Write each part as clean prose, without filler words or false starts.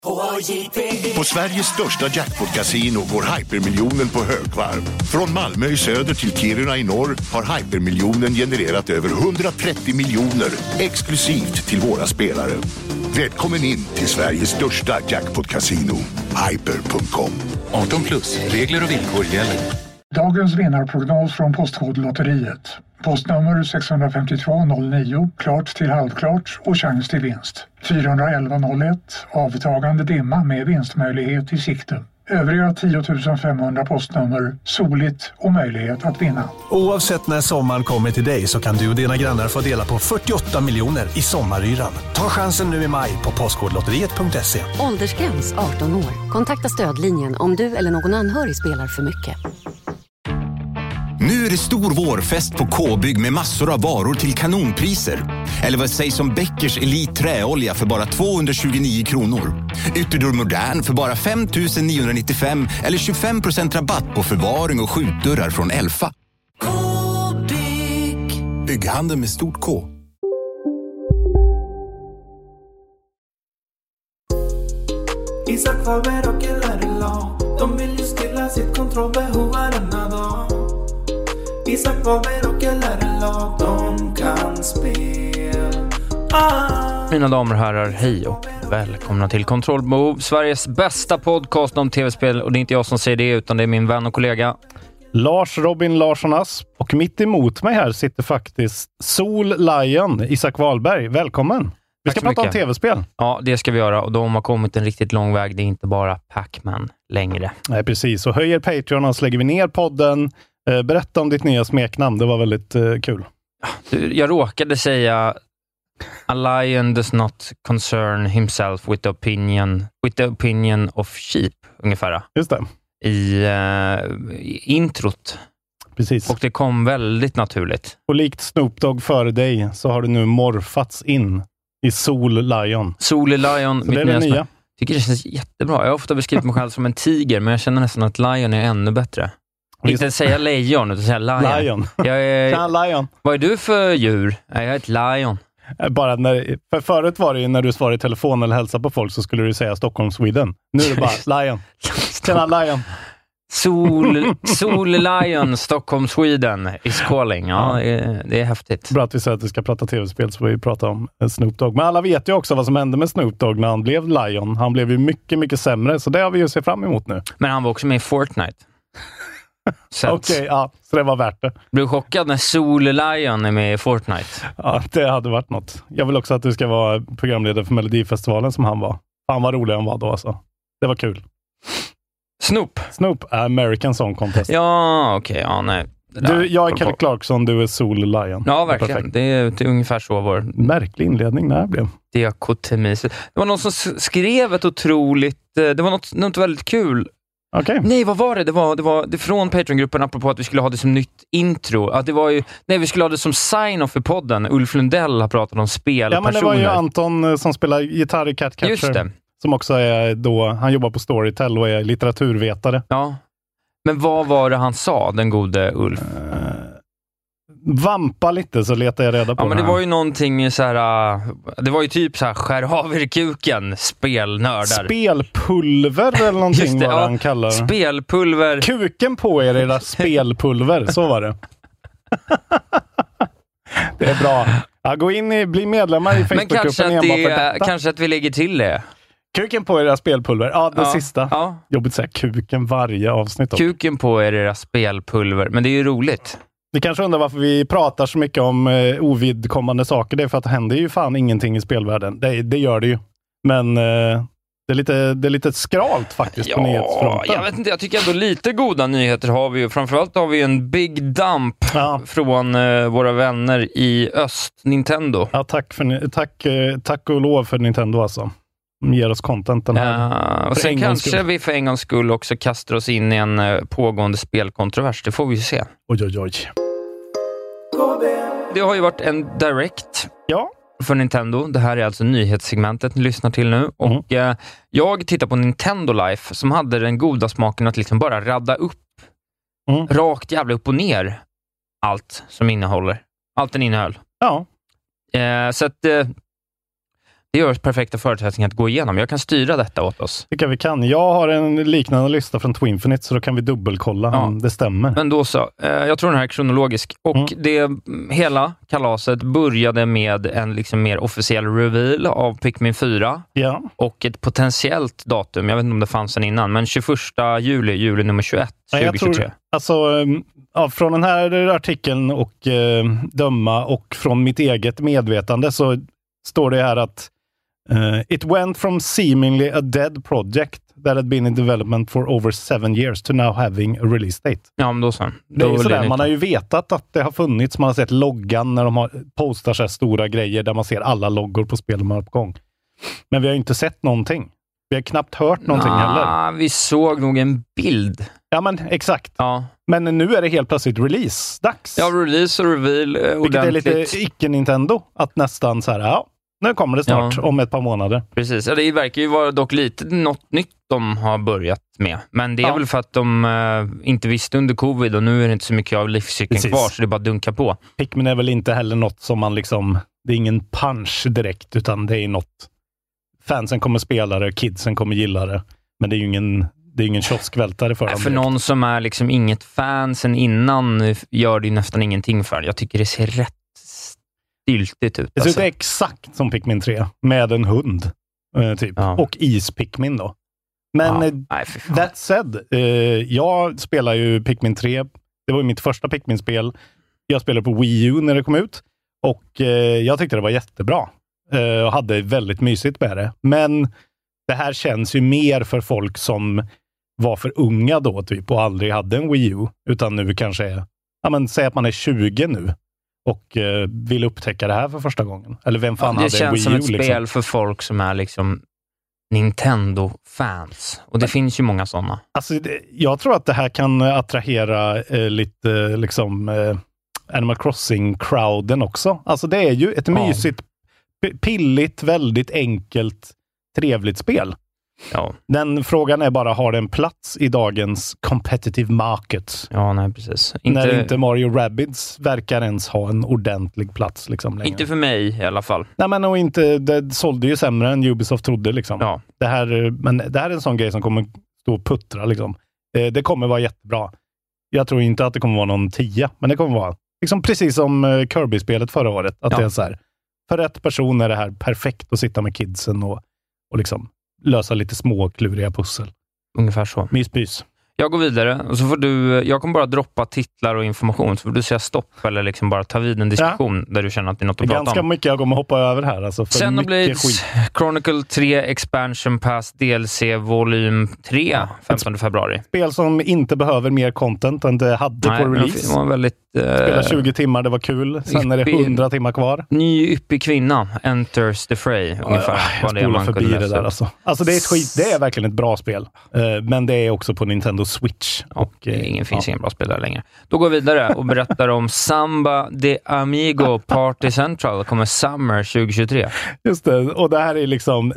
På Sveriges största jackpot-casino går hypermiljonen på högvarv. Från Malmö i söder till Kiruna i norr har hypermiljonen genererat över 130 miljoner exklusivt till våra spelare. Välkommen in till Sveriges största jackpot-casino, hyper.com. 18 plus, regler och villkor gäller. Dagens vinnarprognos från Postkodlotteriet. Postnummer 65209, klart till halvklart och chans till vinst. 41101, avtagande dimma med vinstmöjlighet i sikte. Övriga 10 500 postnummer, soligt och möjlighet att vinna. Oavsett när sommaren kommer till dig så kan du och dina grannar få dela på 48 miljoner i sommaryran. Ta chansen nu i maj på postkodlotteriet.se. Åldersgräns 18 år. Kontakta stödlinjen om du eller någon anhörig spelar för mycket. Nu är det stor vårfest på K-bygg med massor av varor till kanonpriser. Eller vad sägs om Bäckers Elite träolja för bara 229 kronor. Ytterdörr Modern för bara 5 995 eller 25% rabatt på förvaring och skjutdörrar från Elfa. K-bygg. Bygghandel med stort K. Isak Faber och LRLA, de vill ju stilla sitt kontrollbehov varenda dag. Isak Faber och LRLA, de kan spela. Mina damer och herrar, hej och välkomna till Kontrollbehov, Sveriges bästa podcast om tv-spel. Och det är inte jag som säger det, utan det är min vän och kollega Lars Robin Larsson Asp. Och mitt emot mig här sitter faktiskt Sol Lion, Isak Wahlberg. Välkommen! Vi ska prata om tv-spel. Ja, det ska vi göra. Och de har kommit en riktigt lång väg. Det är inte bara Pac-Man längre. Nej, precis. Och höjer Patreon och så lägger vi ner podden. Berätta om ditt nya smeknamn. Det var väldigt kul. Jag råkade säga a lion does not concern himself with the opinion of sheep, ungefär. Just det. I introt. Precis. Och det kom väldigt naturligt. Och likt Snoop Dogg före dig så har du nu morfats in i Sol Lion. Sol Lion, så det är det nya. Jag tycker det känns jättebra. Jag har ofta beskrivit mig själv som en tiger, men jag känner nästan att Lion är ännu bättre. Inte säga lejon, utan säga lion. Lion. Lion. Vad är du för djur? Jag är ett lion. Bara för förut var det ju när du svarade i telefon eller hälsade på folk så skulle du säga Stockholm, Sweden. Nu är det bara Lion. Tjena, Lion. Sol Lion, Stockholm, Sweden is calling. Ja, det är häftigt. Bra att vi säger att vi ska prata tv-spel, så vi pratar om Snoop Dogg. Men alla vet ju också vad som hände med Snoop Dogg när han blev Lion. Han blev ju mycket, mycket sämre, så det har vi ju sett fram emot nu. Men han var också med i Fortnite. Okej, ja, så det var värt det. Blev du chockad när Sol Lion är med i Fortnite? Ja, det hade varit något. Jag vill också att du ska vara programledare för Melodifestivalen som han var. Han var rolig han var då alltså. Det var kul. Snoop är American Song Contest. Ja, okej, ja, nej. Jag är Kelly Clarkson, du är Sol Lion. Ja, verkligen. Det är ungefär så vår... Märklig inledning när det blev. Diakotemis. Det var någon som skrev ett otroligt... Det var något väldigt kul. Okay. Nej, vad var det? Det var från Patreon-gruppen, apropå att vi skulle ha det som nytt intro. Att det var ju, vi skulle ha det som sign-off i podden. Ulf Lundell har pratat om spel. Ja, men det var ju Anton som spelar gitarr i Cat Catcher. Just det. Som också är då, han jobbar på Storytel och är litteraturvetare. Ja. Men vad var det han sa, den gode Ulf? Vampa lite så letar jag reda på. Ja, men det var ju någonting så här. Det var ju typ så här, skär av er kuken, spelnördar. Spelpulver eller någonting vad han kallar. Spelpulver. Kuken på er, era spelpulver, så var det. Det är bra. Ja, gå in bli medlemmar i Facebookgruppen. Men kanske att vi lägger till det. Kuken på era spelpulver. Ja, det sista. Ja. Jobbigt att säga kuken varje avsnitt. Kuken på era spelpulver. Men det är ju roligt. Ni kanske undrar varför vi pratar så mycket om ovidkommande saker. Det är för att det händer ju fan ingenting i spelvärlden. Det gör det ju. Men det är lite skralt faktiskt på nyhetsfronten. Jag vet inte, jag tycker ändå lite goda nyheter har vi ju. Framförallt har vi en big dump från våra vänner i öst, Nintendo. Ja, tack och lov för Nintendo alltså. De ger oss content den här. Och sen kanske vi för en gångs skull också kastar oss in i en pågående spelkontrovers. Det får vi ju se. Oj. Det har ju varit en direct för Nintendo. Det här är alltså nyhetssegmentet ni lyssnar till nu. Och jag tittar på Nintendo Life som hade den goda smaken att liksom bara radda upp rakt jävla upp och ner allt som innehåller. Allt den innehöll. Ja. Så att det gör perfekta förutsättningar att gå igenom. Jag kan styra detta åt oss. Det kan vi kan. Jag har en liknande lista från Twinfinite, så då kan vi dubbelkolla om det stämmer. Men då så. Jag tror den här är kronologisk. Och hela kalaset började med en liksom mer officiell reveal av Pikmin 4. Ja. Och ett potentiellt datum. Jag vet inte om det fanns sen innan. Men 21 juli nummer 21, 2023. Jag tror, från den här artikeln och döma och från mitt eget medvetande så står det här att it went from seemingly a dead project that had been in development for over 7 years to now having a release date. Ja, men då så. Det är sådär, man har ju vetat att det har funnits, man har sett loggan när de postar så här stora grejer där man ser alla loggor på spel man har på gång. Men vi har ju inte sett någonting. Vi har knappt hört någonting heller. Vi såg nog en bild. Ja, men exakt. Ja. Men nu är det helt plötsligt release-dags. Ja, release och reveal ordentligt. Vilket är lite icke-Nintendo. Att nästan så här, nu kommer det snart om ett par månader. Precis, det verkar ju vara dock lite något nytt de har börjat med. Men det är väl för att de inte visste under covid och nu är det inte så mycket av livscykeln kvar, så det är bara att dunka på. Pikmin är väl inte heller något som man liksom, det är ingen punch direkt, utan det är något fansen kommer spela det, kidsen kommer gilla det. Men det är ju ingen kioskvältare för dem. För någon som är liksom inget fan sen innan gör det ju nästan ingenting för. Jag tycker det ser rätt styltigt ut. Det ser ut exakt som Pikmin 3 med en hund typ. Ja. Och is-Pikmin då. Men that said, jag spelar ju Pikmin 3. Det var ju mitt första Pikmin-spel. Jag spelade på Wii U när det kom ut. Och jag tyckte det var jättebra. Och hade väldigt mysigt med det. Men det här känns ju mer för folk som var för unga då typ och aldrig hade en Wii U. Utan nu kanske är, säg att man är 20 nu. Och vill upptäcka det här för första gången. Eller vem fan hade Wii U? Det känns som ett spel för folk som är liksom Nintendo-fans. Och det finns ju många sådana. Alltså, jag tror att det här kan attrahera lite liksom Animal Crossing-crowden också. Alltså det är ju ett mysigt, pilligt, väldigt enkelt, trevligt spel. Ja. Den frågan är bara, har den plats i dagens competitive market? Ja, nej, precis. När inte Mario Rabbids verkar ens ha en ordentlig plats liksom längre. Inte för mig i alla fall. Nej, men och inte, det sålde ju sämre än Ubisoft trodde liksom. Ja. Men det här är en sån grej som kommer stå och puttra liksom. Det kommer vara jättebra. Jag tror inte att det kommer vara någon 10, men det kommer vara liksom precis som Kirby-spelet förra året. Att det är så här, för rätt person är det här perfekt att sitta med kidsen och liksom lösa lite små kluriga pussel. Ungefär så. Myspys. Jag går vidare och så får jag kommer bara droppa titlar och information, så får du säga stopp eller liksom bara ta vid en diskussion där du känner att det är något att prata om. Ganska mycket jag kommer hoppa över här. Alltså, Xenoblade Chronicle 3 Expansion Pass DLC volym 3 15 februari. Spel som inte behöver mer content än det hade på release. Det var väldigt... Spela 20 timmar, det var kul. Sen är det 100 timmar kvar. Ny yppig kvinna enters the fray, ungefär. Jag spolar förbi det där alltså. Alltså det är ett skit, det är verkligen ett bra spel. Men det är också på Nintendo Switch. Och finns ingen bra spel där längre. Då går vi vidare och berättar om Samba de Amigo Party Central kommer Summer 2023. Just det, och det här är liksom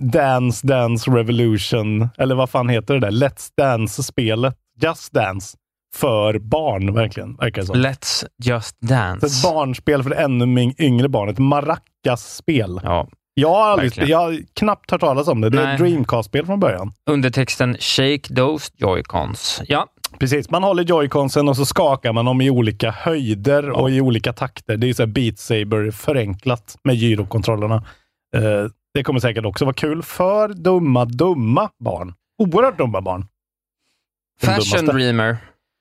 Dance Revolution, eller vad fan heter det där? Let's Dance-spelet. Just Dance. För barn, verkar så. Let's Just Dance. Ett barnspel för ännu yngre barn. Ett Maracas-spel. Ja. Jag har knappt hört talas om det. Det är ett Dreamcast-spel från början. Undertexten Shake Those Joy-Cons. Ja. Precis, man håller Joy-Consen och så skakar man dem i olika höjder och i olika takter. Det är så här Beat Saber förenklat med gyrokontrollerna. Det kommer säkert också vara kul för dumma barn. Oerhört dumma barn. Fashion Dreamer.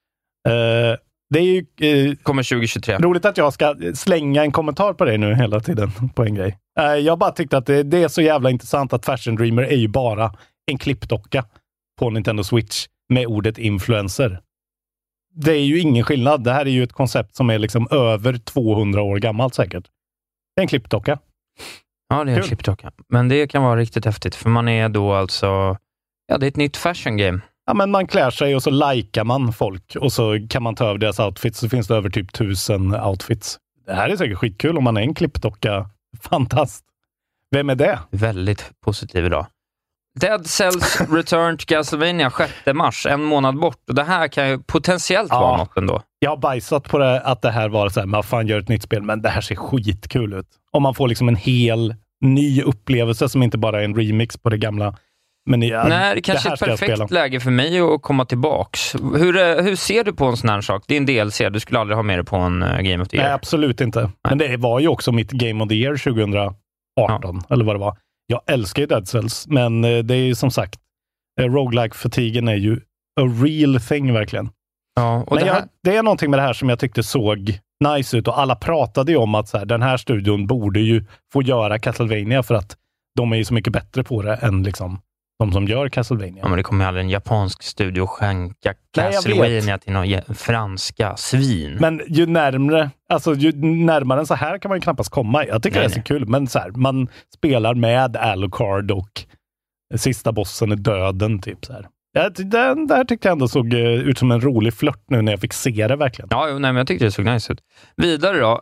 Det är ju kommer 2023. Roligt att jag ska slänga en kommentar på det nu hela tiden på en grej. Jag bara tyckte att det är så jävla intressant att Fashion Dreamer är ju bara en klippdocka på Nintendo Switch med ordet influencer. Det är ju ingen skillnad. Det här är ju ett koncept som är liksom över 200 år gammalt säkert. Det är en klippdocka. Ja, det är en klippdocka. Men det kan vara riktigt häftigt för man är då alltså... Ja, det är ett nytt fashion game. Ja, men man klär sig och så likar man folk och så kan man ta över deras outfits, så finns det över typ 1000 outfits. Det här är säkert skitkul om man är en klippdocka. Fantastiskt. Vem är det? Väldigt positiv idag. Dead Cells Return to Castlevania 6 mars, en månad bort. Och det här kan ju potentiellt vara något ändå. Jag har bajsat på det, att det här var så här, man fan gör ett nytt spel, men det här ser skitkul ut. Om man får liksom en hel ny upplevelse som inte bara är en remix på det gamla. Men nej, det kanske är ett perfekt läge för mig att komma tillbaks. Hur ser du på en sån här sak? Det är en DLC, du skulle aldrig ha med det på en Game of the Year. Nej, absolut inte. Nej. Men det var ju också mitt Game of the Year 2018, eller vad det var. Jag älskar ju Dead Cells, men det är ju som sagt, roguelike-fatigen är ju a real thing verkligen. Ja, och men det är någonting med det här som jag tyckte såg nice ut, och alla pratade ju om att så här, den här studion borde ju få göra Castlevania för att de är ju så mycket bättre på det än liksom de som gör Castlevania. Ja, men det kommer ju aldrig en japansk studio skänka Castlevania till några franska svin. Men ju närmare än så här kan man ju knappast komma. Jag tycker det är så kul, men så här, man spelar med Alucard och sista bossen är döden typ så här. Det här tyckte jag ändå såg ut som en rolig flört nu när jag fick se det verkligen. Ja, nej, men jag tyckte det såg nice ut. Vidare då.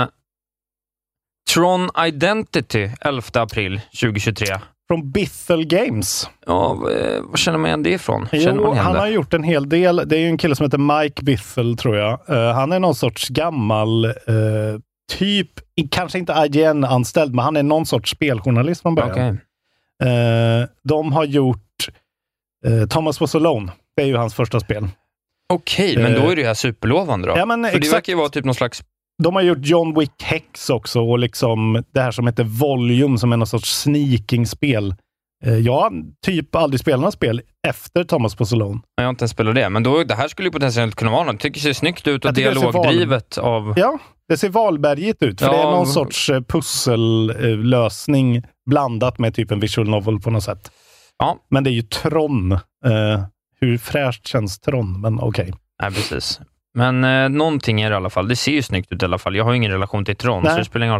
Tron Identity, 11 april 2023. Från Bithell Games. Ja, vad känner man igen det ifrån? Han har gjort en hel del. Det är ju en kille som heter Mike Bithell, tror jag. Han är någon sorts gammal typ, kanske inte IGN-anställd, men han är någon sorts speljournalist från början. Okay. De har gjort Thomas Was Alone. Det är ju hans första spel. Okej, men då är det här superlovande då. Ja, men för det verkar ju vara typ någon slags... De har gjort John Wick Hex också, och liksom det här som heter Volume, som är någon sorts sneaking-spel. Jag har typ aldrig spelat något spel efter Thomas Was Alone. Jag har inte ens spelat det, men då, det här skulle ju potentiellt kunna vara något. Tycker det ser snyggt ut och dialogdrivet av... Ja, det ser valbergigt ut, för det är någon sorts pussellösning blandat med typ en visual novel på något sätt. Ja. Men det är ju Tron. Hur fräscht känns Tron, men okej. Nej, precis. Men någonting är det i alla fall. Det ser ju snyggt ut i alla fall. Jag har ingen relation till Tron, så det spelar ingen roll.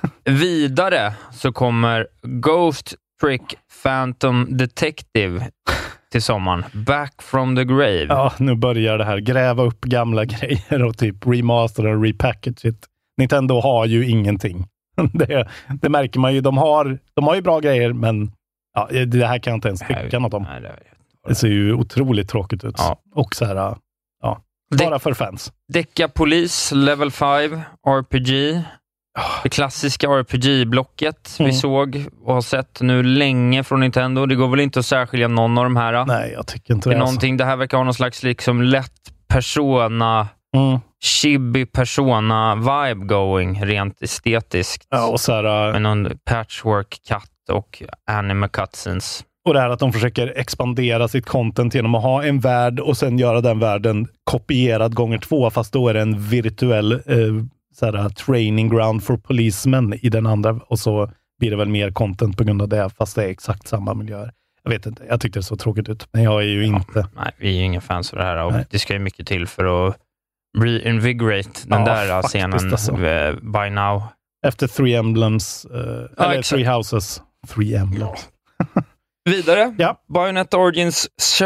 Vidare så kommer Ghost Trick Phantom Detective till sommaren. Back from the grave. Ja, nu börjar det här. Gräva upp gamla grejer och typ remaster och repackage it. Nintendo har ju ingenting. Det märker man ju. De har ju bra grejer, men ja, det här kan jag inte ens tycka något om. Det ser ju otroligt tråkigt ut. Ja. Och så här, bara för fans. Deckapolis Level 5 RPG. Det klassiska RPG-blocket vi såg och har sett nu länge från Nintendo. Det går väl inte att särskilja någon av de här. Nej, jag tycker inte det. Det här verkar ha någon slags liksom lätt persona, chibi persona vibe going, rent estetiskt. Ja, och så här, med någon patchwork-katt och anime cutscenes. Och det här att de försöker expandera sitt content genom att ha en värld och sen göra den världen kopierad gånger 2, fast då är det en virtuell training ground for policemen i den andra, och så blir det väl mer content på grund av det, fast det är exakt samma miljöer. Jag vet inte, jag tyckte det så tråkigt ut, men jag är ju inte... Nej, vi är ju inga fans för det här, och det ska ju mycket till för att reinvigorate den där scenen alltså. By now. Efter Three Emblems, eller Three Houses. Three Emblems. Vidare, Bayonetta Origins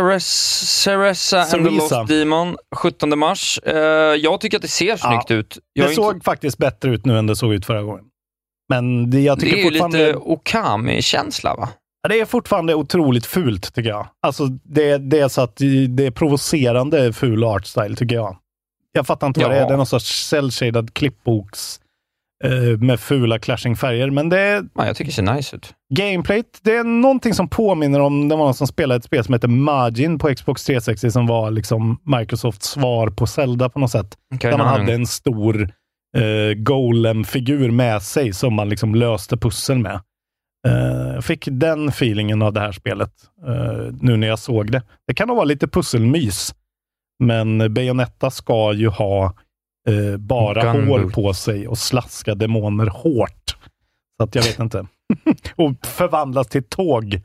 Cereza and the Lost Demon 17 mars. Jag tycker att det ser snyggt ut. Det såg faktiskt bättre ut nu än det såg ut förra gången. Men jag tycker det är fortfarande... lite Okami-känsla, va? Det är fortfarande otroligt fult, tycker jag. Alltså, det är så att det är provocerande ful artstyle, tycker jag. Jag fattar inte vad det är. Det är någon sorts cell-shaded klippboks med fula clashing färger, men det... Ja, jag tycker det ser nice ut. Gameplayt, det är någonting som påminner om, det var någon som spelade ett spel som heter Majin på Xbox 360 som var liksom Microsofts svar på Zelda på något sätt. Okay, där man hade en stor golem-figur med sig som man liksom löste pussel med. Jag fick den feelingen av det här spelet nu när jag såg det. Det kan nog vara lite pusselmys, men Bayonetta ska ju ha bara hål på sig och slaska demoner hårt. Så att jag vet inte. Och förvandlas till tåg.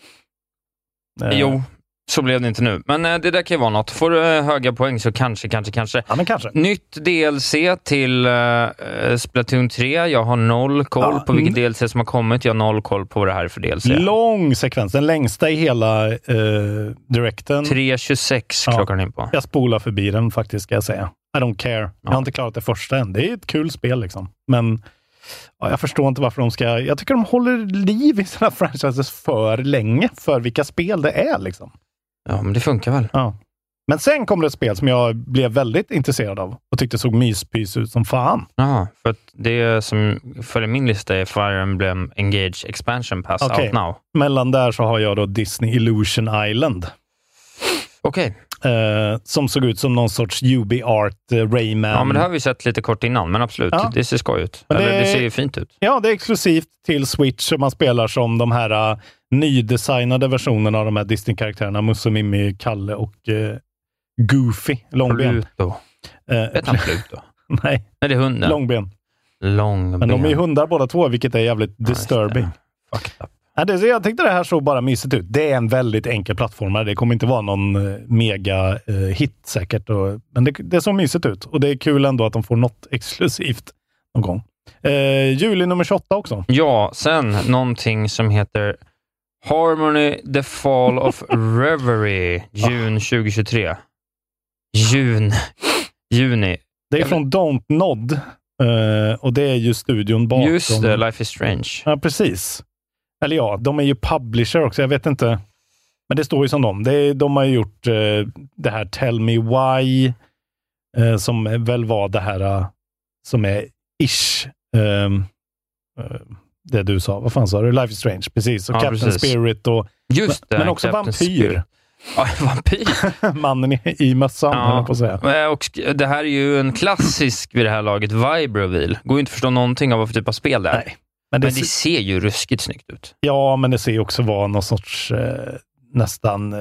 Jo, så blev det inte nu. Men det där kan ju vara något. Får du höga poäng så kanske. Ja, men kanske. Nytt DLC till Splatoon 3. Jag har noll koll på vilket DLC som har kommit. Jag har noll koll på vad det här är för DLC. Lång sekvens. Den längsta i hela directen. 3.26 klockan in på. Jag spolar förbi den faktiskt, ska jag säga. I don't care. Jag har inte klarat det första än. Det är ett kul spel liksom. Men jag förstår inte varför de ska... Jag tycker de håller liv i sina franchises för länge för vilka spel det är liksom. Ja, men det funkar väl. Ja. Men sen kom det ett spel som jag blev väldigt intresserad av och tyckte såg myspys ut som fan. Ja, för att det som följer min lista är Fire Emblem Engage Expansion Pass out now. Mellan där så har jag då Disney Illusion Island. Okej. Som såg ut som någon sorts UB-art Rayman. Ja, men det har vi sett lite kort innan, men absolut, det ser skoj ut. Det ser ju fint ut. Ja, det är exklusivt till Switch och man spelar som de här nydesignade versionerna av de här Disney-karaktärerna. Musse, Mimmi, Kalle och Goofy, långben. Pluto. Vet han Pluto? Nej, det är hunden. Långben. Långben. Men de är ju hundar båda två, vilket är jävligt disturbing. Fucked up. Jag tyckte det här såg bara mysigt ut. Det är en väldigt enkel plattformare. Det kommer inte vara någon mega hit säkert. Men det såg mysigt ut. Och det är kul ändå att de får något exklusivt någon gång. Juli nummer 28 också. Ja, sen någonting som heter Harmony The Fall of Reverie. June 2023. Juni. Det är från Don't Nod. Och det är ju studion bakom. Just det, Life is Strange. Ja, precis. Eller ja, de är ju publisher också. Jag vet inte. Men det står ju som dem. De har ju gjort det här Tell Me Why. Som väl var det här som är ish. Det du sa. Vad fan sa du? Life is Strange. Precis. Och Captain precis. Spirit. Och, just det, men också Captain Vampyr. Spirit. Ja, Vampyr. Mannen i mössan, höll jag på att säga. Och det här är ju en klassisk vid det här laget Vibroville. Går ju inte att förstå någonting av vad för typ av spel det är. Nej. Men det ser ju ruskigt snyggt ut. Ja, men det ser ju också vara någon sorts nästan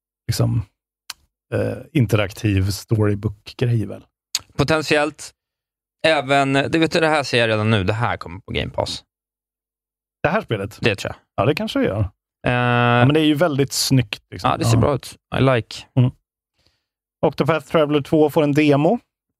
interaktiv storybook-grej väl. Potentiellt. Även, det här ser jag redan nu. Det här kommer på Game Pass. Det här spelet? Det tror jag. Ja, det kanske det gör. Men det är ju väldigt snyggt. Liksom. Ja, det ser bra ut. I like. Octopath Traveler 2 får en demo.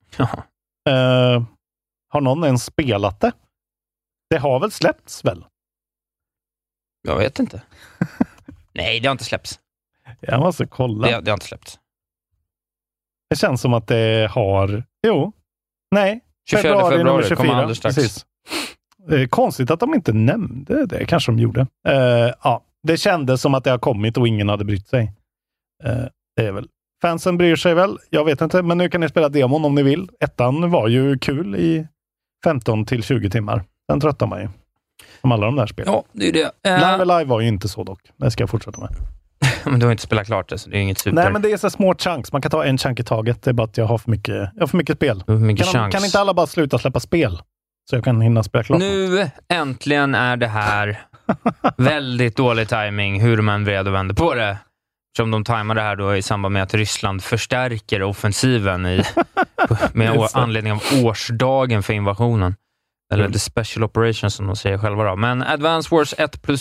Har någon ens spelat det? Det har väl släppts väl? Jag vet inte. Nej, det har inte släppts. Jag måste kolla. Det har inte släppts. Det känns som att det har... Jo. Nej. 24 februari kommer alldeles strax. Precis. Konstigt att de inte nämnde det. Kanske de gjorde. Ja, det kändes som att det har kommit och ingen hade brytt sig. Det är väl. Fansen bryr sig väl. Jag vet inte. Men nu kan ni spela demon om ni vill. Ettan var ju kul i 15 till 20 timmar. Den tröttar man ju. Som alla de där spelen. Ja, det är det. Live var ju inte så dock. Det ska jag fortsätta med. Men du har inte spelat klart det, så det är inget super. Nej, men det är så små chunks. Man kan ta en chunk i taget. Det är bara att jag har för mycket spel. Kan inte alla bara sluta släppa spel? Så jag kan hinna spela klart. Nu äntligen är det här väldigt dålig timing hur man vred och vänder på det. Som de tajmar det här då i samband med att Ryssland förstärker offensiven med anledning av årsdagen för invasionen. Eller the special operation som de säger själva då. Men Advance Wars 1+2 :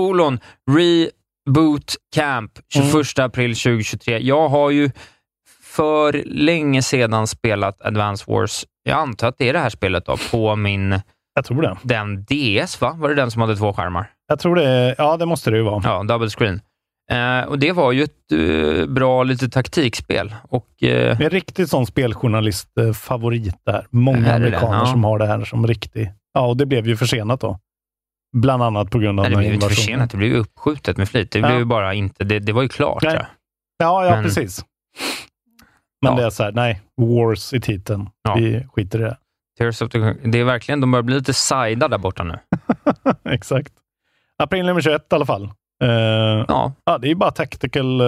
Reboot Camp 21 april 2023. Jag har ju för länge sedan spelat Advance Wars. Jag antar att det är det här spelet då på min... Jag tror det. Den DS, va? Var det den som hade 2 skärmar? Jag tror det. Ja, det måste det ju vara. Ja, double screen. Och det var ju ett bra lite taktikspel. Och, en riktigt sån speljournalist-favorit där. Många amerikaner som har det här som riktigt. Ja, och det blev ju försenat då. Bland annat på grund av det blev inte försenat, det blev ju uppskjutet med flit. Det blev ju bara inte, det var ju klart. Ja, precis. Men det är så här, nej, Wars i titeln. Vi skiter i det. Det är verkligen, de börjar bli lite sajda där borta nu. Exakt. April nummer 21 i alla fall. Ja, det är ju bara tactical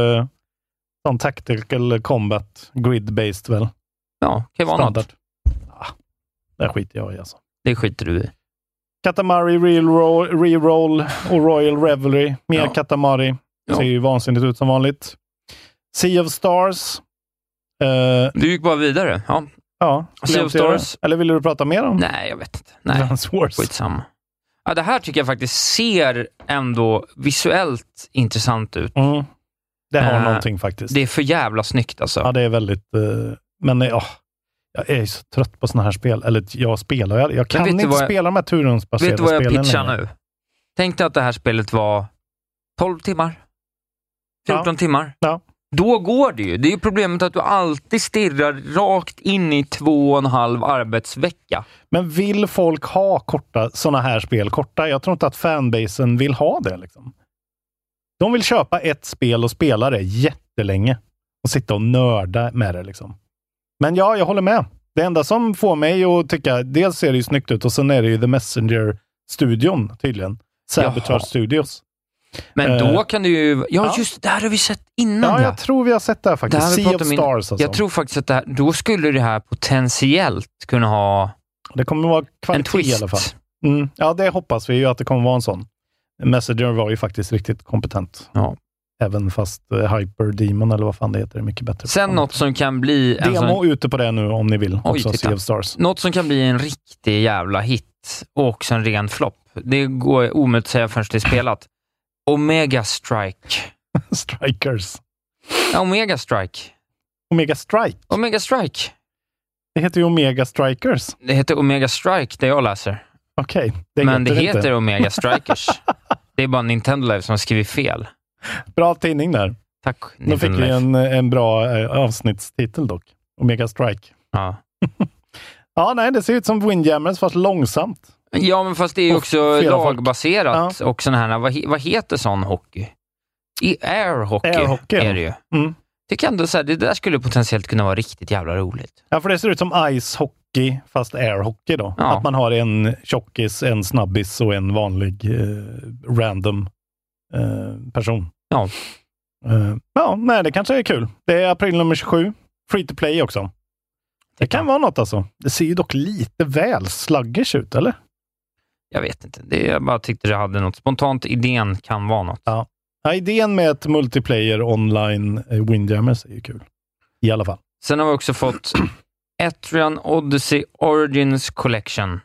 combat, grid-based väl. Ja, kan vara standard. Det skiter jag i alltså. Det skiter du i. Katamari, Reroll och Royal Revelry. Mer Katamari. Ser ju vansinnigt ut som vanligt. Sea of Stars. Du gick bara vidare. Ja. Sea of Stars. Eller vill du prata mer om? Nej, jag vet inte. Nej, skitsamma. Ja, det här tycker jag faktiskt ser ändå visuellt intressant ut. Det har någonting faktiskt. Det är för jävla snyggt alltså. Ja, det är väldigt... men jag är så trött på såna här spel. Eller jag spelar... Jag kan inte spela de här turrumsbaserade spelen. Vet du vad jag pitchar nu? Tänk dig att det här spelet var 12 timmar. 14 timmar. Ja. Då går det ju. Det är ju problemet att du alltid stirrar rakt in i 2,5 arbetsvecka. Men vill folk ha såna här spel korta? Jag tror inte att fanbasen vill ha det liksom. De vill köpa ett spel och spela det jättelänge. och sitta och nörda med det liksom. Men ja, jag håller med. Det enda som får mig att tycka, dels ser det ju snyggt ut och sen är det ju The Messenger-studion tydligen. Sabotage Studios. Men då kan du ju... Ja, just det här har vi sett innan. Ja, jag tror vi har sett det här faktiskt. Sea of Stars alltså. Jag tror faktiskt att det här, då skulle det här potentiellt kunna ha det kommer vara kvalitet i alla fall. Ja, det hoppas vi ju att det kommer vara en sån. Messenger var ju faktiskt riktigt kompetent. Ja. Även fast Hyper Demon eller vad fan det heter är mycket bättre. Sen något som kan bli... Demo ute på det nu om ni vill. Också Sea of Stars. Något som kan bli en riktig jävla hit och också en ren flopp. Det går omöjligt att säga förrän det är spelat. Omega Strike. Strikers. Ja, Omega Strike. Omega Strike? Omega Strike. Det heter ju Omega Strikers. Det heter Omega Strike, det jag läser. Okej. Men det heter inte Omega Strikers. Det är bara Nintendo Live som har skrivit fel. Bra tidning där. Tack. Nu fick vi en bra avsnittstitel dock. Omega Strike. Ja. Ja, nej, det ser ut som Windjammers fast långsamt. Ja, men fast det är ju också lagbaserat och sån här, vad heter sån hockey? Air hockey är det ju. Tycker ändå så här, det där skulle potentiellt kunna vara riktigt jävla roligt. Ja, för det ser ut som ice hockey fast air hockey då. Ja. Att man har en tjockis, en snabbis och en vanlig random person. Ja. Ja, nej, det kanske är kul. Det är april nummer 27. Free to play också. Det kan vara något alltså. Det ser ju dock lite väl sluggish ut, eller? Jag vet inte. Jag bara tyckte det hade något. Spontant idén kan vara något. Ja, idén med ett multiplayer online Windjammers är ju kul. I alla fall. Sen har vi också fått Etrian Odyssey Origins Collection.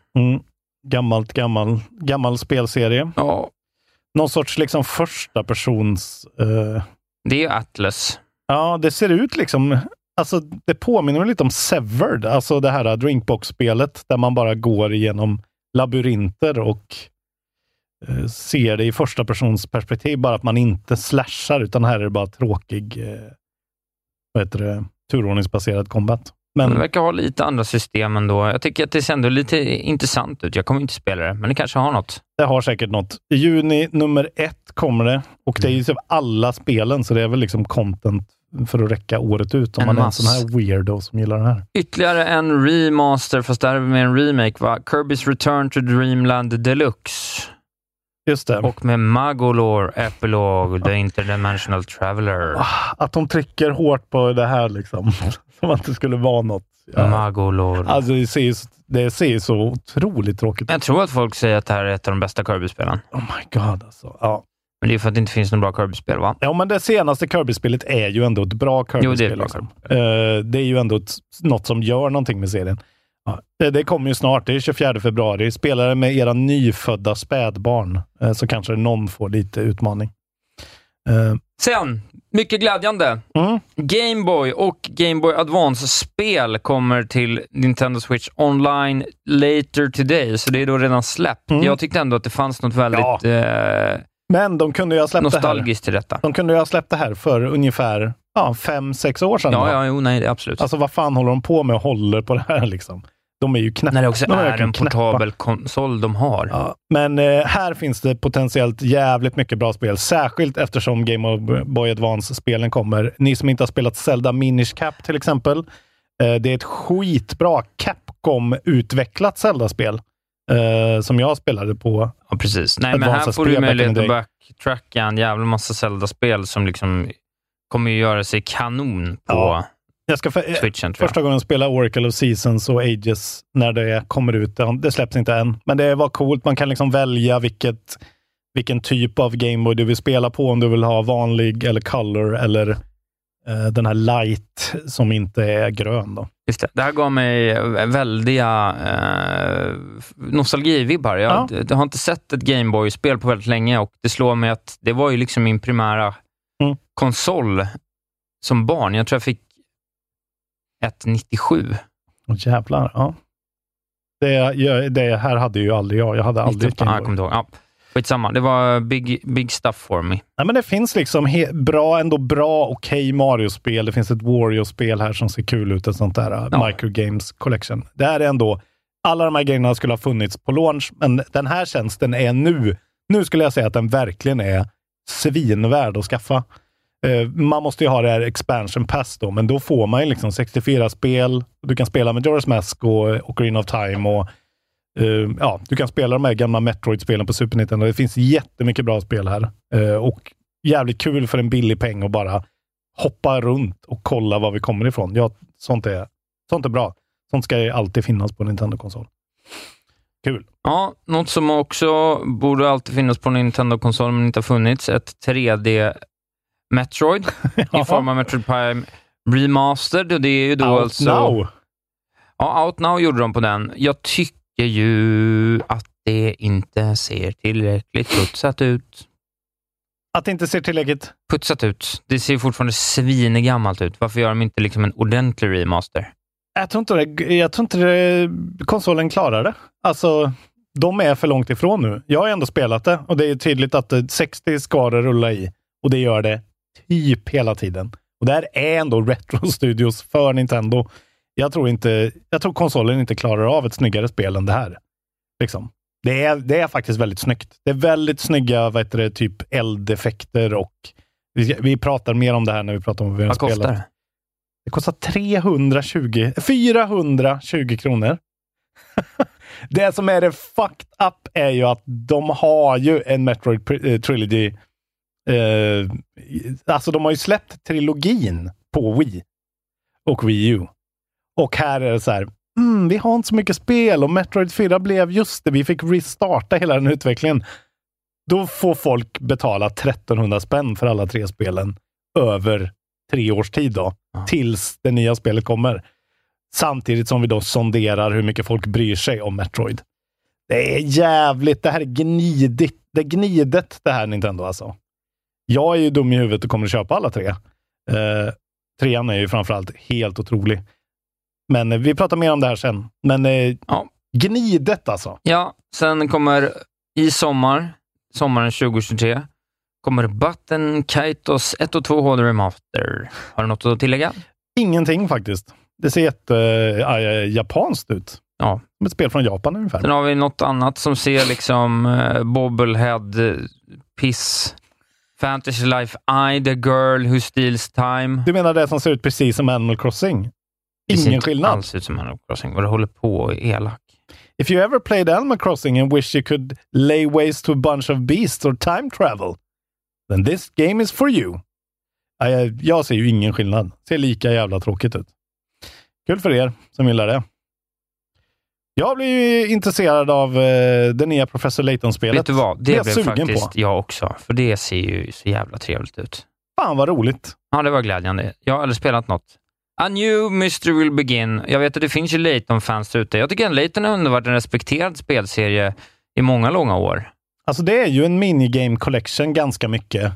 Gammal spelserie. Ja. Någon sorts liksom första persons... Det är ju Atlas. Ja, det ser ut liksom... Alltså, det påminner mig lite om Severed. Alltså det här Drinkbox-spelet där man bara går igenom labyrinter och ser det i första persons perspektiv. Bara att man inte slashar utan här är det bara tråkig turordningsbaserad combat. Men det verkar ha lite andra system ändå. Jag tycker att det ser ändå lite intressant ut. Jag kommer inte spela det, men det kanske har något. Det har säkert något. I juni nummer 1 kommer det. Och det är ju typ alla spelen, så det är väl liksom content för att räcka året ut om man är en sån här weirdo som gillar den här. Ytterligare en remaster, fast där är det med en remake, va? Kirby's Return to Dreamland Deluxe. Just det. Och med Magolor Epilogue, The Interdimensional Traveler. Att de trycker hårt på det här liksom. Som att det skulle vara något. Ja. Magolor. Alltså det ser så otroligt tråkigt ut. Jag tror att folk säger att det här är ett av de bästa Kirby-spelen. Oh my god alltså. Ja. Men det är för att det inte finns någon bra Kirby-spel, va? Ja, men det senaste Kirby-spelet är ju ändå ett bra Kirby-spel. Jo, det är ett bra liksom. Det är ju ändå något som gör någonting med serien. Ja, det kommer ju snart, det är 24 februari. Spelare med era nyfödda spädbarn, så kanske någon får lite utmaning. Sen, mycket glädjande. Game Boy och Game Boy Advance-spel kommer till Nintendo Switch Online later today, så det är då redan släppt. Jag tyckte ändå att det fanns något väldigt... Men de kunde ju ha släppt nostalgiskt till detta. De kunde ju ha släppt det här för ungefär 5-6 år sedan. Nej, absolut. Alltså vad fan håller de på med och håller på det här liksom? De är ju knäppa. När det också är en portabel konsol de har. Ja, men här finns det potentiellt jävligt mycket bra spel. Särskilt eftersom Game Boy Advance-spelen kommer. Ni som inte har spelat Zelda Minish Cap till exempel. Det är ett skitbra Capcom-utvecklat Zelda-spel. Som jag spelade på. Ja, precis. Nej, men här får du möjlighet att backtracka en jävla massa Zelda-spel som liksom kommer ju göra sig kanon på Switchen. Första gången spela Oracle of Seasons och Ages när det kommer ut. Det släpps inte än. Men det var coolt. Man kan liksom välja vilken typ av Gameboy du vill spela på. Om du vill ha vanlig eller color eller den här light som inte är grön då. Just det. Det här gav mig väldiga nostalgivibbar. Jag har inte sett ett Gameboy-spel på väldigt länge och det slår mig att det var ju liksom min primära konsol som barn. Jag tror jag fick ett 97. Jävlar, ja. Det här hade ju aldrig jag. Jag hade aldrig Gameboy. Jag kommer ihåg. Ja. Skitsamma. Det var big stuff for me. Ja, men det finns liksom bra okej Mario-spel. Det finns ett Wario-spel här som ser kul ut. Ett sånt där Microgames Collection. Det här är ändå... Alla de här grejerna skulle ha funnits på launch. Men den här tjänsten är nu... Nu skulle jag säga att den verkligen är svinvärd att skaffa. Man måste ju ha det här expansion pass då, men då får man ju liksom 64 spel. Du kan spela med Majora's Mask och Ocarina of Time och du kan spela de här gamla Metroid-spelen på Super Nintendo. Det finns jättemycket bra spel här. Och jävligt kul för en billig peng och bara hoppa runt och kolla var vi kommer ifrån. Ja, sånt är bra. Sånt ska ju alltid finnas på Nintendo-konsol. Kul. Ja, något som också borde alltid finnas på Nintendo-konsol men inte har funnits. Ett 3D Metroid i form av Metroid Prime Remastered. Och det är ju då Out alltså... Now. Ja, Out Now gjorde de på den. Jag tycker ju att det inte ser tillräckligt putsat ut. Att det inte ser tillräckligt putsat ut. Det ser fortfarande svinegammalt ut. Varför gör de inte liksom en ordentlig remaster? Jag tror inte konsolen klarar det. Alltså, de är för långt ifrån nu. Jag har ändå spelat det och det är tydligt att 60 ska det rulla i. Och det gör det typ hela tiden. Och det här är ändå Retro Studios för Nintendo. Jag tror konsolen inte klarar av ett snyggare spel än det här. Liksom. Det är faktiskt väldigt snyggt. Det är väldigt snygga, typ eldeffekter och vi pratar mer om det här när vi pratar om vad vi har spelat. Vad kostar det? Det kostar 420 kronor. Det som är det fucked up är ju att de har ju en Metroid Trilogy. Alltså de har ju släppt trilogin på Wii och Wii U. Och här är det så här, vi har inte så mycket spel och Metroid 4 blev just det. Vi fick restarta hela den utvecklingen. Då får folk betala 1300 spänn för alla 3 spelen över 3 års tid då. Tills det nya spelet kommer. Samtidigt som vi då sonderar hur mycket folk bryr sig om Metroid. Det är jävligt, det här är gnidigt. Det är gnidet det här Nintendo alltså. Jag är ju dum i huvudet och kommer att köpa alla 3. 3:an är ju framförallt helt otrolig. Men vi pratar mer om det här sen. Men gnidet alltså. Ja, sen kommer i sommaren 2023 kommer Button Kaitos 1 och 2 HD Remaster. Har du något att tillägga? Ingenting faktiskt. Det ser japanskt ut. Ja. Som ett spel från Japan ungefär. Sen har vi något annat som ser liksom Bobblehead Piss Fantasy Life I, The Girl Who Steals Time. Du menar det som ser ut precis som Animal Crossing? Ingen skillnad. Det ser alls ut som Animal Crossing. Vad det håller på elak. If you ever played Animal Crossing and wish you could lay waste to a bunch of beasts or time travel, then this game is for you. Jag ser ju ingen skillnad. Ser lika jävla tråkigt ut. Kul för er som gillar det. Jag blir ju intresserad av det nya Professor Layton-spelet. Vet du vad? Det blev faktiskt på. Jag också. För det ser ju så jävla trevligt ut. Fan vad roligt. Ja, det var glädjande. Jag har aldrig spelat något. A new mystery will begin. Jag vet att det finns ju Layton-fans ute. Jag tycker att Layton har varit en respekterad spelserie i många långa år. Alltså det är ju en minigame collection ganska mycket.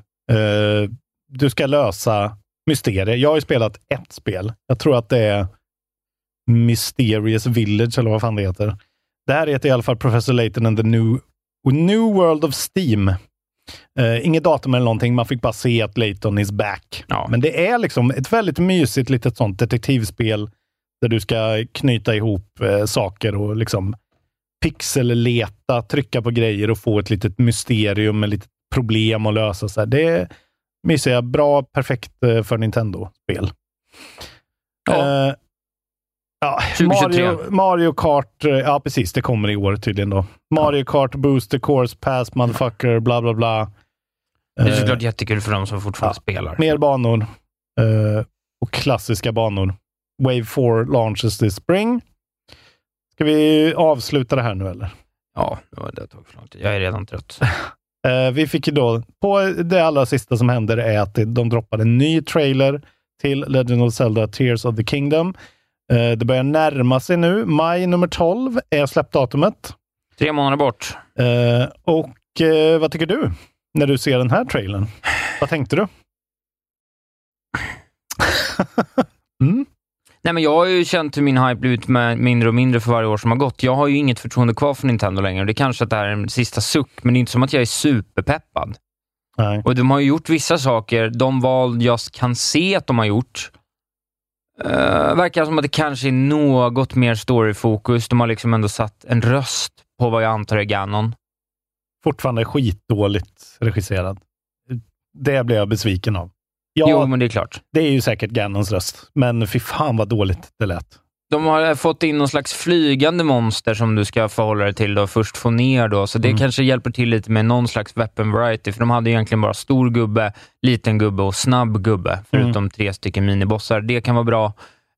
Du ska lösa mysterier. Jag har ju spelat ett spel. Jag tror att det är Mysterious Village eller vad fan det heter. Det här heter i alla fall Professor Layton and the New World of Steam. Inget datum eller någonting. Man fick bara se att Layton is back. Ja. Men det är liksom ett väldigt mysigt litet sånt detektivspel där du ska knyta ihop saker och liksom pixelleta, trycka på grejer och få ett litet mysterium, ett litet problem att lösa. Så här. Det är mysiga, bra, perfekt för Nintendo-spel. Ja. Ja, Mario Kart, ja precis, det kommer i år tydligen då. Mario Kart, Booster Course, Pass, Motherfucker, bla bla bla. Det är såklart jättekul för dem som fortfarande spelar. Mer banor och klassiska banor. Wave 4 launches this spring. Ska vi avsluta det här nu eller? Ja, det tog för lång tid. Jag är redan trött. Vi fick ju då, på det allra sista som händer är att de droppade en ny trailer till Legend of Zelda Tears of the Kingdom. Det börjar närma sig nu. Maj nummer 12 är släppdatumet. 3 månader bort. Och vad tycker du när du ser den här trailern? Vad tänkte du? Nej, men jag har ju känt hur min hype blivit mindre och mindre för varje år som har gått. Jag har ju inget förtroende kvar för Nintendo längre. Det är kanske att det här är en sista suck, men det är inte som att jag är superpeppad. Nej. Och de har ju gjort vissa saker. De val jag kan se att de har gjort verkar som att det kanske är något mer storyfokus. De har liksom ändå satt en röst på vad jag antar är Ganon. Fortfarande skitdåligt regisserad. Det blev jag besviken av. Ja, jo, men det är klart. Det är ju säkert Ganons röst. Men fy fan vad dåligt det lät. De har fått in någon slags flygande monster som du ska förhålla dig till och först få ner då. Så det kanske hjälper till lite med någon slags weapon variety. För de hade egentligen bara stor gubbe, liten gubbe och snabb gubbe. Förutom 3 stycken minibossar. Det kan vara bra.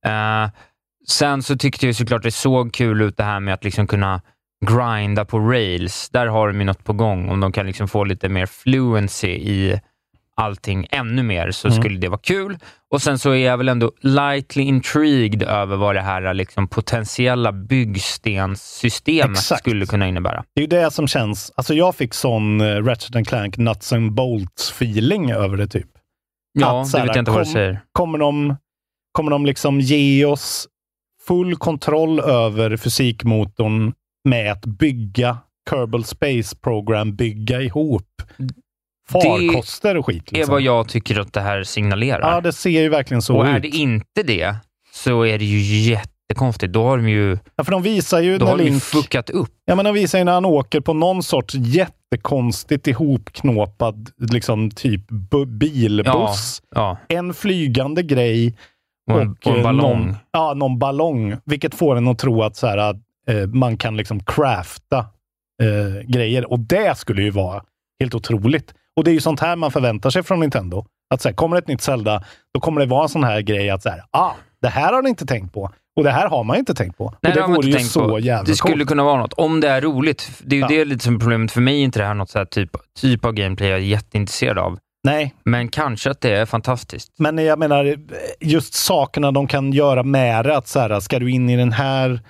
Sen så tyckte jag såklart det såg kul ut det här med att liksom kunna grinda på rails. Där har de ju något på gång. Om de kan liksom få lite mer fluency i allting ännu mer så skulle det vara kul. Och sen så är jag väl ändå lightly intrigued över vad det här liksom potentiella byggstenssystemet skulle kunna innebära. Det är ju det som känns, alltså jag fick sån Ratchet & Clank Nuts and Bolts feeling över det typ. Ja, att, det vet jag inte vad du säger. Kommer de liksom ge oss full kontroll över fysikmotorn med att bygga Kerbal Space Program, bygga ihop farkoster och skit. Det är vad jag tycker att det här signalerar. Ja, det ser ju verkligen så ut. Och är det inte det så är det ju jättekonstigt. Då har de ju... Ja, för de visar ju... Då har de ju fuckat upp. Ja, men de visar ju när han åker på någon sorts jättekonstigt ihopknåpad liksom typ bilbuss. Ja. En flygande grej och en ballong. Någon ballong. Vilket får en att tro att så här, man kan liksom crafta grejer. Och det skulle ju vara helt otroligt. Och det är ju sånt här man förväntar sig från Nintendo. Att så här, kommer ett nytt Zelda, då kommer det vara en sån här grej att så här, det här har ni inte tänkt på. Och det här har man inte tänkt på. Nej, och det vore ju så jävla det skulle coolt. kunna vara något. Om det är roligt. Det är ju det lite som problemet för mig. Inte det här något så här typ av gameplay jag är jätteintresserad av. Nej. Men kanske att det är fantastiskt. Men jag menar, just sakerna de kan göra med det. Att så här, ska du in i den här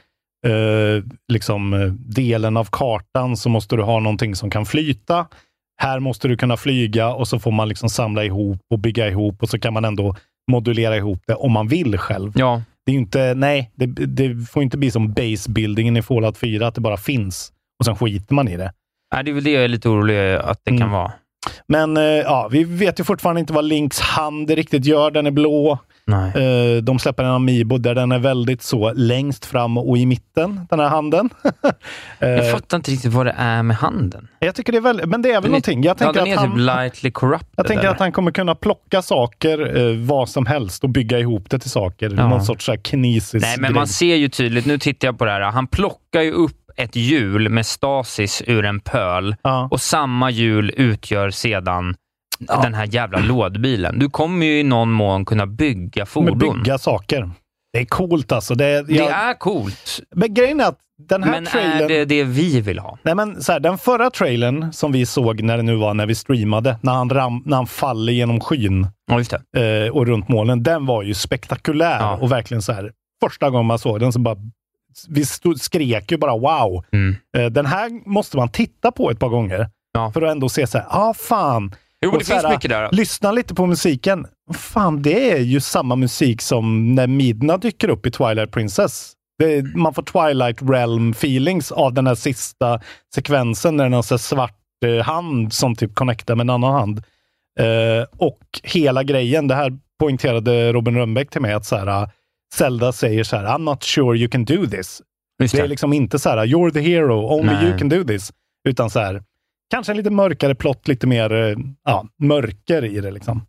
liksom, delen av kartan så måste du ha någonting som kan flyta. Här måste du kunna flyga och så får man liksom samla ihop och bygga ihop och så kan man ändå modulera ihop det om man vill själv. Ja. Det är ju inte, det får inte bli som basebuildingen i Fallout 4 att det bara finns och sen skiter man i det. Nej, det är väl det jag är lite orolig att det kan vara. Men vi vet ju fortfarande inte vad Links hand riktigt gör. Den är blå. Nej. De släpper en Amiibo där den är väldigt så längst fram och i mitten, den här handen. Jag fattar inte riktigt vad det är med handen. Jag tycker det är väldigt, men det är väl någonting. Jag tänker den är typ lightly corrupted. Jag tänker att han kommer kunna plocka saker, vad som helst och bygga ihop det till saker. Någon sorts så här kinesisk Nej, men man ser ju tydligt, nu tittar jag på det här, han plockar ju upp ett hjul med stasis ur en pöl och samma hjul utgör sedan den här jävla lådbilen. Du kommer ju i någon mån kunna bygga fordon. Men bygga saker. Det är coolt alltså. Det är coolt. Men grejen är att den här trailern... är det vi vill ha? Nej, men så här, den förra trailern som vi såg när vi streamade, när han faller genom skyn och runt molnen, den var ju spektakulär och verkligen så här, första gången man såg den så bara vi skrek ju bara wow. Den här måste man titta på ett par gånger för att ändå se så här, fan. Jo, det finns mycket där. Lyssna lite på musiken. Fan, det är ju samma musik som när Midna dyker upp i Twilight Princess. Man får Twilight Realm feelings av den här sista sekvensen när den har en svart hand som typ connectar med en annan hand. Och hela grejen, det här poängterade Robin Rönnbäck till mig att så här, Zelda säger så här, I'm not sure you can do this. Det är liksom inte så här, you're the hero, only you can do this. Utan så här, kanske en lite mörkare plott, lite mer mörker i det liksom.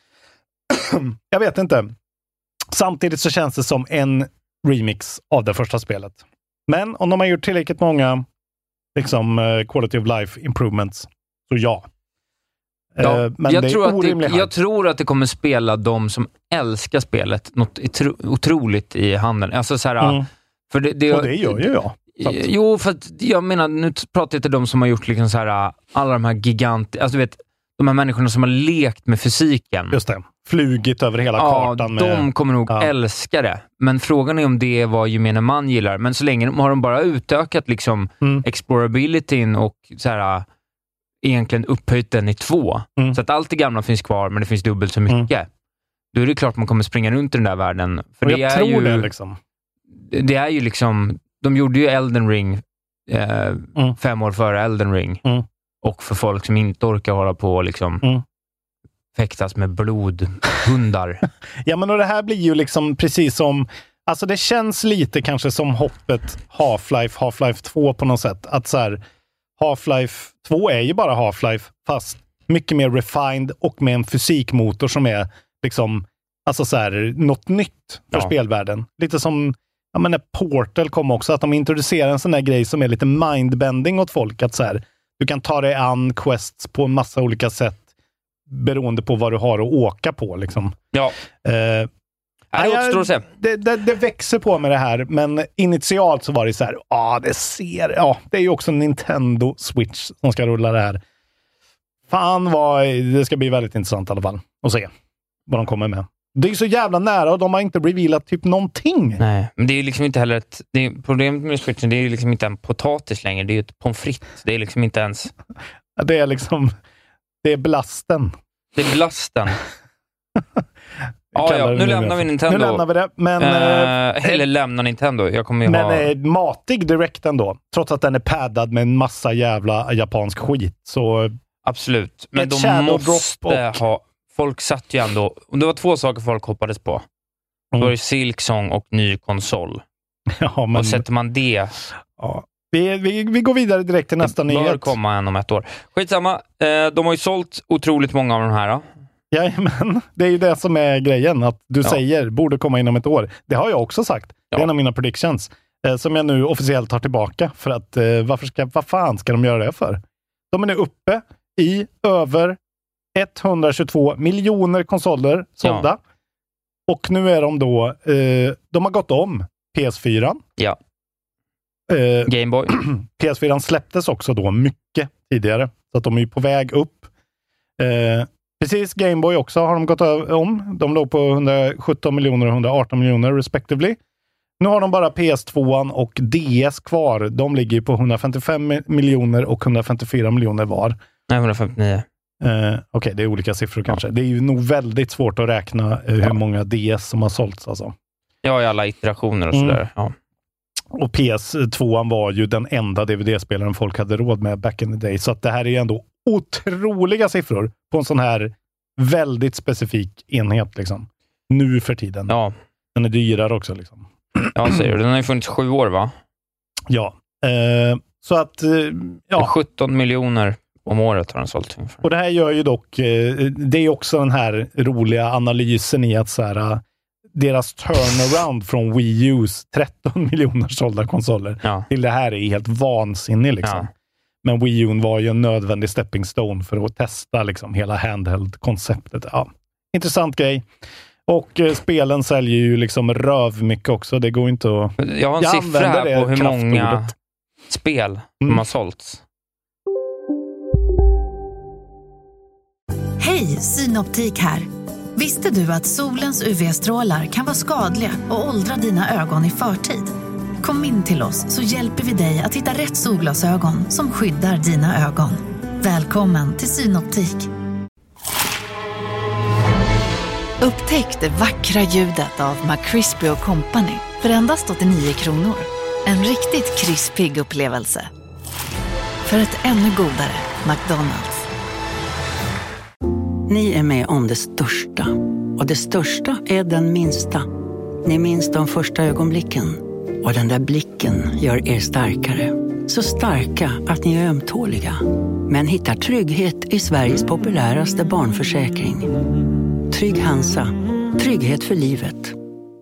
Jag vet inte. Samtidigt så känns det som en remix av det första spelet. Men om de har gjort tillräckligt många liksom quality of life improvements, så ja. Men jag tror att det kommer spela de som älskar spelet något otroligt i handen. Alltså så här, för det och det gör ju jag. Jo, för att jag menar, nu pratar jag till de som har gjort liksom så här, alla de här alltså du vet, de här människorna som har lekt med fysiken. Just det. Flugit över hela kartan. De kommer nog älska det. Men frågan är om det är vad gemene man gillar. Men så länge har de bara utökat liksom explorabilityn och så här, egentligen upphöjt den i 2. Så att allt det gamla finns kvar, men det finns dubbelt så mycket. Då är det klart man kommer springa runt i den där världen. För det är ju det liksom. Det är ju liksom, de gjorde ju Elden Ring 5 år före Elden Ring. Och för folk som inte orkar hålla på liksom fäktas med blodhundar. Ja, men och det här blir ju liksom precis som, alltså det känns lite kanske som hoppet Half-Life 2 på något sätt. Att så här, Half-Life 2 är ju bara Half-Life fast mycket mer refined och med en fysikmotor som är liksom, alltså så här, något nytt för spelvärlden. Lite som när Portal kom också, att de introducerar en sån där grej som är lite mindbending åt folk, att så här, du kan ta dig an quests på en massa olika sätt beroende på vad du har att åka på liksom. Ja. Det växer på med det här, men initialt så var det så här, det är ju också Nintendo Switch som ska rulla det här. Det ska bli väldigt intressant i alla fall att se vad de kommer med. Det är så jävla nära och de har inte revealat typ någonting. Nej, men det är liksom inte heller problemet med Switchen, det är ju liksom inte en potatis längre, det är ju ett pommes frites. Det är liksom inte ens... Det är liksom... Det är blasten. Det är blasten. Nu lämnar vi Nintendo. Nu lämnar vi det, men... eller lämnar Nintendo. Jag kommer matig direkt ändå. Trots att den är paddad med en massa jävla japansk skit. Så... Absolut. Men de måste ha... Folk satt ju ändå... Och det var 2 saker folk hoppades på. Det var ju Silksong och ny konsol. Ja, men... Och sätter man det... Ja. Vi går vidare direkt till nästa nyhet. Det bör komma om ett år. Skitsamma. De har ju sålt otroligt många av de här. Jajamän, det är ju det som är grejen. Att du säger, borde komma inom ett år. Det har jag också sagt. Det är en av mina predictions. Som jag nu officiellt tar tillbaka. För att, vad fan ska de göra det för? De är nu uppe i över 122 miljoner konsoler sålda. Ja. Och nu är de då, de har gått om PS4. Ja. Gameboy. PS4 släpptes också då mycket tidigare. Så att de är på väg upp. Precis, Gameboy också har de gått om. De låg på 117 miljoner och 118 miljoner respectively. Nu har de bara PS2 och DS kvar. De ligger på 155 miljoner och 154 miljoner var. Nej, 159. Okej, det är olika siffror kanske. Det är ju nog väldigt svårt att räkna hur många DS som har sålts alltså. Ja, i alla iterationer och sådär. Ja. Och PS2 var ju den enda DVD-spelaren folk hade råd med back in the day. Så att det här är ändå otroliga siffror på en sån här väldigt specifik enhet liksom. Nu för tiden. Ja. Den är dyrare också liksom. Ja, säger du. Den har ju funnits 7 år, va? Ja. Så att... 17 miljoner om året har den sålt. Och det här gör ju dock... det är också den här roliga analysen i att så här... deras turnaround från Wii U's 13 miljoner sålda konsoler till det här är helt vansinnig liksom. Ja. Men Wii U var ju en nödvändig stepping stone för att testa liksom hela handheld-konceptet. Ja. Intressant grej. Och spelen säljer ju liksom röv mycket också. Det går inte att... Jag har en siffra här på hur många spel som har sålts. Hej, Synoptik här. Visste du att solens UV-strålar kan vara skadliga och åldra dina ögon i förtid? Kom in till oss så hjälper vi dig att hitta rätt solglasögon som skyddar dina ögon. Välkommen till Synoptik. Upptäck det vackra ljudet av McCrispy & Company för endast 89 kronor. En riktigt krispig upplevelse. För ett ännu godare McDonald's. Ni är med om det största. Och det största är den minsta. Ni minns de första ögonblicken. Och den där blicken gör er starkare. Så starka att ni är ömtåliga. Men hittar trygghet i Sveriges populäraste barnförsäkring. Trygg Hansa. Trygghet för livet.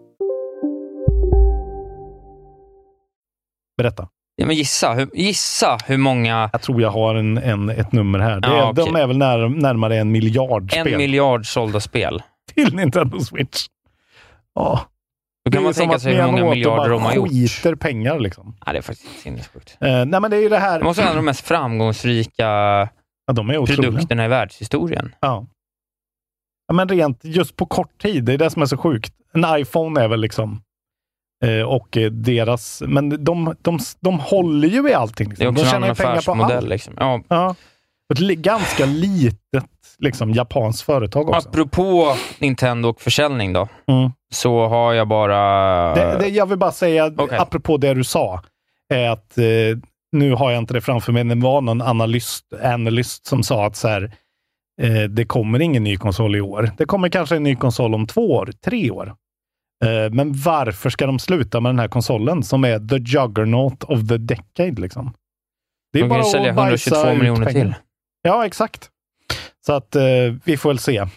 Berätta. Ja, men gissa hur många... Jag tror jag har ett nummer här. De är väl närmare 1 miljard spel. 1 miljard sålda spel. Till Nintendo Switch. Ja. Då kan man tänka sig hur många miljarder de har gjort. Skiter pengar liksom. Ja, det är faktiskt sinnessjukt. Nej, men det är ju det här... Det måste vara en av de mest framgångsrika produkterna i världshistorien. Ja. Ja, men rent just på kort tid. Det är det som är så sjukt. En iPhone är väl liksom... och deras... Men de håller ju i allting. Liksom. Det är också de tjänar en affärsmodell. Liksom. Ja. Ett ganska litet liksom, japanskt företag också. Apropå Nintendo och försäljning då. Så har jag bara... jag vill bara säga, apropå det du sa, är att nu har jag inte det framför mig, men det var någon analyst som sa att så här, det kommer ingen ny konsol i år. Det kommer kanske en ny konsol om 2 år, 3 år. Men varför ska de sluta med den här konsolen som är the juggernaut of the decade liksom? Det är de bara kan sälja 122 miljoner till. Ja, exakt. Så att vi får väl se.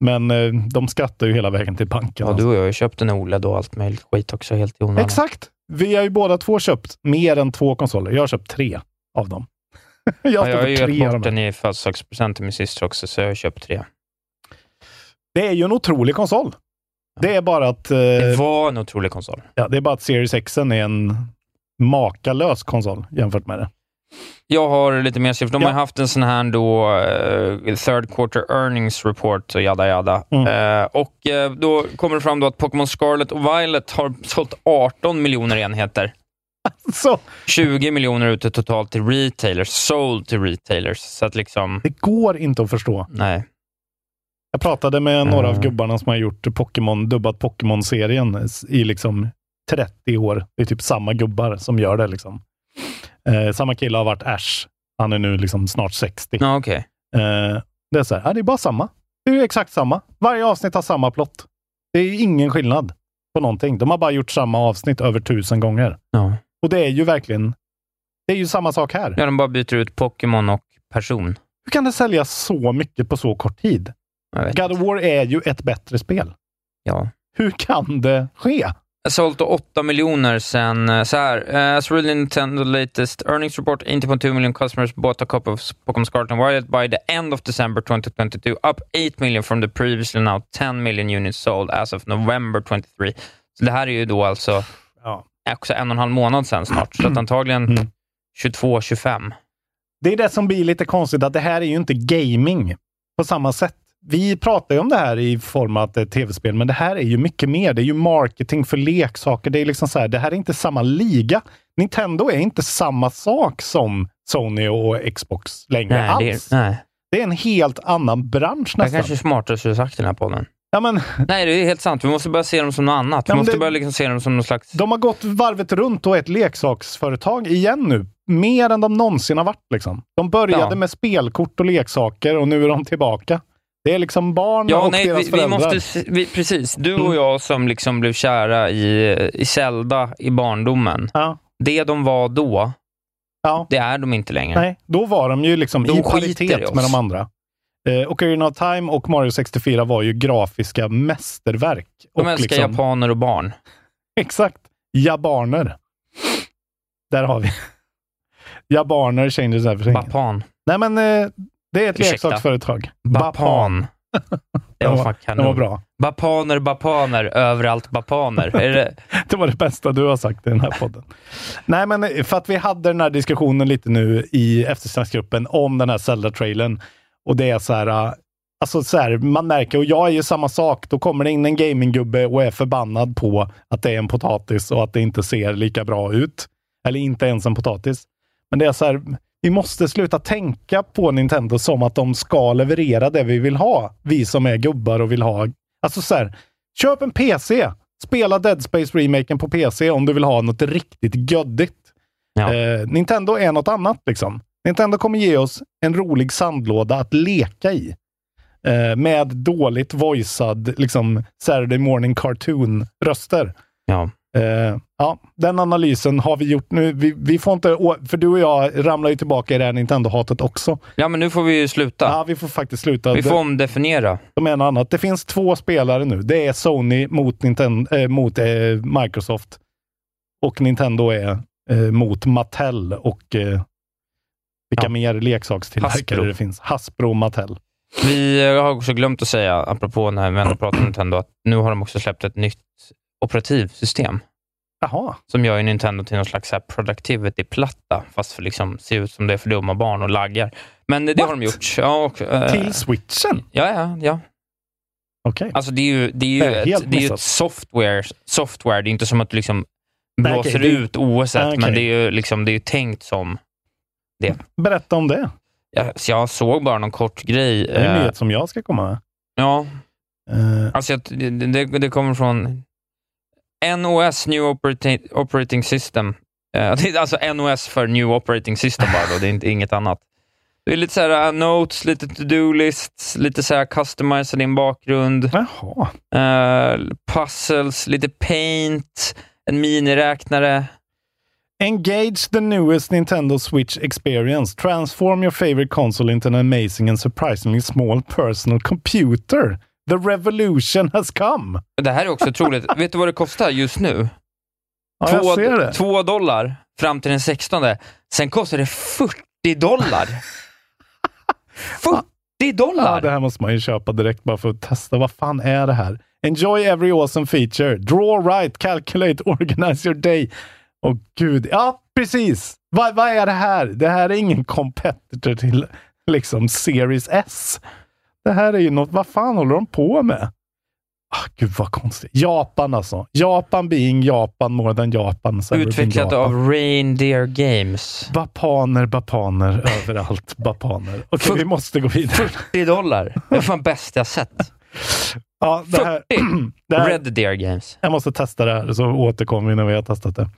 Men de skrattar ju hela vägen till banken. Ja, du och jag har ju köpt en OLED och allt möjligt skit också helt i onödan. Exakt! Vi har ju båda två köpt mer än 2 konsoler. Jag har köpt 3 av dem. Jag har ju gett bort den i födelsedagspresent till min syster också, så jag har köpt 3. Det är ju en otrolig konsol. Det är bara att... det var en otrolig konsol. Ja, det är bara att Series X är en makalös konsol jämfört med det. Jag har lite mer siffror. De har haft en sån här då third quarter earnings report och jada. Och då kommer det fram då att Pokémon Scarlet och Violet har sålt 18 miljoner enheter. Så. 20 miljoner ute totalt till retailers. Sold till retailers. Så att liksom... Det går inte att förstå. Nej. Jag pratade med några av gubbarna som har gjort dubbat Pokémon-serien i liksom 30 år. Det är typ samma gubbar som gör det liksom. Samma kille har varit Ash. Han är nu liksom snart 60. Ja, okej. Det är så här, det är bara samma. Det är ju exakt samma. Varje avsnitt har samma plott. Det är ingen skillnad på någonting. De har bara gjort samma avsnitt över 1000 gånger. Ja. Och det är ju verkligen, det är ju samma sak här. Ja, de bara byter ut Pokémon och person. Hur kan det sälja så mycket på så kort tid? God of War är ju ett bättre spel. Ja. Hur kan det ske? Jag sålt 8 miljoner sen så här. As really Nintendo latest earnings report, 8.2 million customers bought a copy of Pokémon Scarlet and Violet by the end of December 2022, up 8 million from the previously now 10 million units sold as of November 23. Så det här är ju då alltså också 1,5 månad sen snart. Så att antagligen 22-25. Det är det som blir lite konstigt, att det här är ju inte gaming på samma sätt. Vi pratar ju om det här i form av ett tv-spel, men det här är ju mycket mer. Det är ju marketing för leksaker. Det är liksom så här, det här är inte samma liga. Nintendo är inte samma sak som Sony och Xbox längre alls. Det är en helt annan bransch nästan. Det är kanske smartare så du sagt den här podden. Ja, men... Nej, det är helt sant. Vi måste börja se dem som något annat. Vi måste börja liksom se dem som någon slags... De har gått varvet runt och ett leksaksföretag igen nu. Mer än de någonsin har varit. Liksom. De började med spelkort och leksaker och nu är de tillbaka. Det är liksom barn och deras föräldrar. Precis. Du och jag som liksom blev kära i Zelda i barndomen. Ja. Det de var då, det är de inte längre. Nej, då var de ju liksom i paritet med de andra. Ocarina of Time och Mario 64 var ju grafiska mästerverk. De älskar liksom... japaner och barn. Exakt. Japaner. Där har vi. Japaner changes everything. Bapan. Nej, men det är ett leksaksföretag. Bapan. Det var kanon. Det var bra. Bapaner, överallt bapaner. Är det... Det var det bästa du har sagt i den här podden. Nej, men för att vi hade den här diskussionen lite nu i eftersnacksgruppen om den här Zelda-trailern. Och det är så här, alltså så här, man märker, och jag är ju samma sak, då kommer det in en gaminggubbe och är förbannad på att det är en potatis och att det inte ser lika bra ut. Eller inte ens en potatis. Men det är så här, vi måste sluta tänka på Nintendo som att de ska leverera det vi vill ha. Vi som är gubbar och vill ha. Alltså så här, köp en PC. Spela Dead Space-remaken på PC om du vill ha något riktigt göddigt. Ja. Nintendo är något annat liksom. Nintendo kommer ge oss en rolig sandlåda att leka i. Med dåligt voicead liksom Saturday morning cartoon-röster. Ja. Ja, den analysen har vi gjort nu. Vi får inte, för du och jag ramlar ju tillbaka i det här Nintendo-hatet också. Ja, men nu får vi ju sluta. Ja, vi får faktiskt sluta. Vi får omdefiniera. De är något annat. Det finns 2 spelare nu. Det är Sony mot Microsoft. Och Nintendo är mot Mattel och vilka mer leksakstillverkare det finns. Hasbro och Mattel. Vi har också glömt att säga, apropå när vi ändå pratar om Nintendo, att nu har de också släppt ett nytt operativsystem. Jaha. Som gör ju Nintendo till någon slags productivity-platta, fast för liksom ser ut som det är för dumma barn och laggar. Men det har de gjort. Ja, och, till Switchen? Ja. Okej. Alltså det är ju ett software. Det är inte som att du liksom blåser ut OSet, men det är ju liksom, det är tänkt som det. Berätta om det. Jag såg bara någon kort grej. Det är en nyhet som jag ska komma med. Ja. Alltså det kommer från NOS, New Operating System. Alltså NOS för New Operating System bara då, det är inte inget annat. Det är lite så här notes, lite to-do-lists, lite så här customisa din bakgrund. Jaha. Puzzles, lite paint, en miniräknare. Engage the newest Nintendo Switch experience. Transform your favorite console into an amazing and surprisingly small personal computer. The revolution has come. Det här är också otroligt. Vet du vad det kostar just nu? Ja, jag ser det. $2 fram till den 16. Sen kostar det $40. $40! Ja, det här måste man ju köpa direkt bara för att testa. Vad fan är det här? Enjoy every awesome feature. Draw right, calculate, organize your day. Åh gud, ja precis. Vad är det här? Det här är ingen competitor till liksom Series S. Det här är ju något, vad fan håller de på med? Gud vad konstigt. Japan alltså. Japan being Japan more than Japan. Utvecklat av Reindeer Games. Bapaner överallt. Bapaner. Okej, vi måste gå vidare. $40. Det är fan bäst jag sett. Ja, det här, Red Deer Games. Jag måste testa det här så återkommer vi när vi har testat det.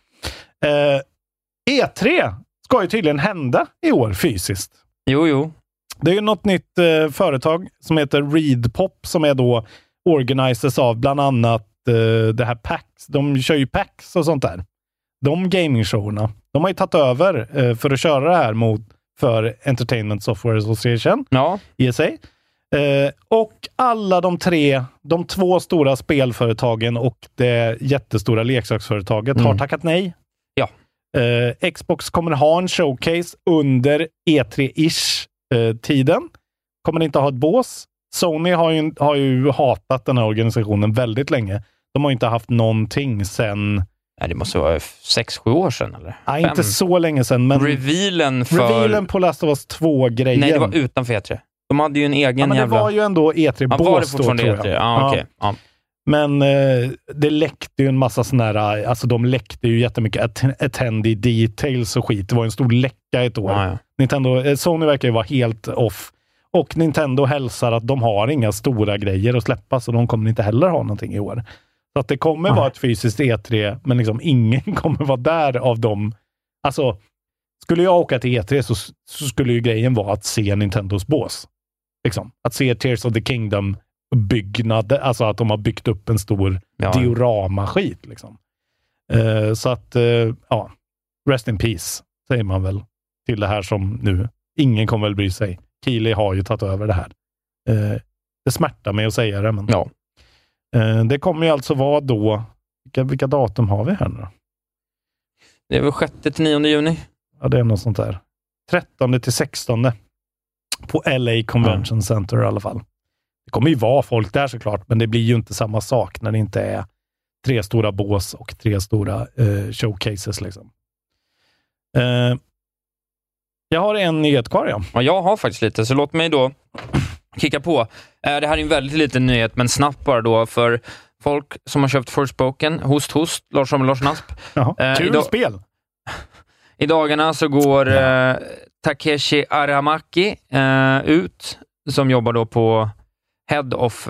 E3 ska ju tydligen hända i år fysiskt. Jo. Det är ju något nytt företag som heter Readpop som är då organizers av bland annat det här PAX. De kör ju PAX och sånt där. De gaming-showerna. De har ju tagit över för att köra det här för Entertainment Software Association. Ja. ESA. Och alla de två stora spelföretagen och det jättestora leksaksföretaget har tackat nej. Ja. Xbox kommer ha en showcase under E3-ish tiden. Kommer inte ha ett bås. Sony har ju hatat den här organisationen väldigt länge. De har inte haft någonting sen... Nej, det måste vara 6-7 år sedan, eller? Nej, inte så länge sedan, men... Revealen på Last of Us 2-grejen. Nej, det var utanför E3. De hade ju en egen men jävla... det var ju ändå E3-bås var det fortfarande då, E3? tror jag. Ja, okej. Ja. Men det läckte ju en massa såna här... Alltså, de läckte ju jättemycket attendee details och skit. Det var en stor läcka ett år. Ja. Sony verkar ju vara helt off. Och Nintendo hälsar att de har inga stora grejer att släppa, så de kommer inte heller ha någonting i år. Så att det kommer vara ett fysiskt E3, men liksom ingen kommer vara där av dem. Alltså, skulle jag åka till E3 så skulle ju grejen vara att se Nintendos bås. Liksom. Att se Tears of the Kingdom byggnad, alltså att de har byggt upp en stor diorama-skit. Liksom. Så att, rest in peace, säger man väl till det här som nu. Ingen kommer väl bry sig. Keighley har ju tagit över det här. Det smärtar mig att säga det, men det kommer ju alltså vara då... Vilka datum har vi här nu då? Det är väl 6-9 juni? Ja, det är något sånt där. 13-16 på LA Convention Center i alla fall. Det kommer ju vara folk där såklart, men det blir ju inte samma sak när det inte är 3 stora bås och 3 stora showcases liksom. Jag har en nyhet kvar, ja, jag har faktiskt lite, så låt mig då kicka på. Det här är en väldigt liten nyhet, men snabbt bara då för folk som har köpt Forspoken. Host, Lars Nasp. Kul spel! I dagarna så går Takeshi Aramaki ut, som jobbar då på Head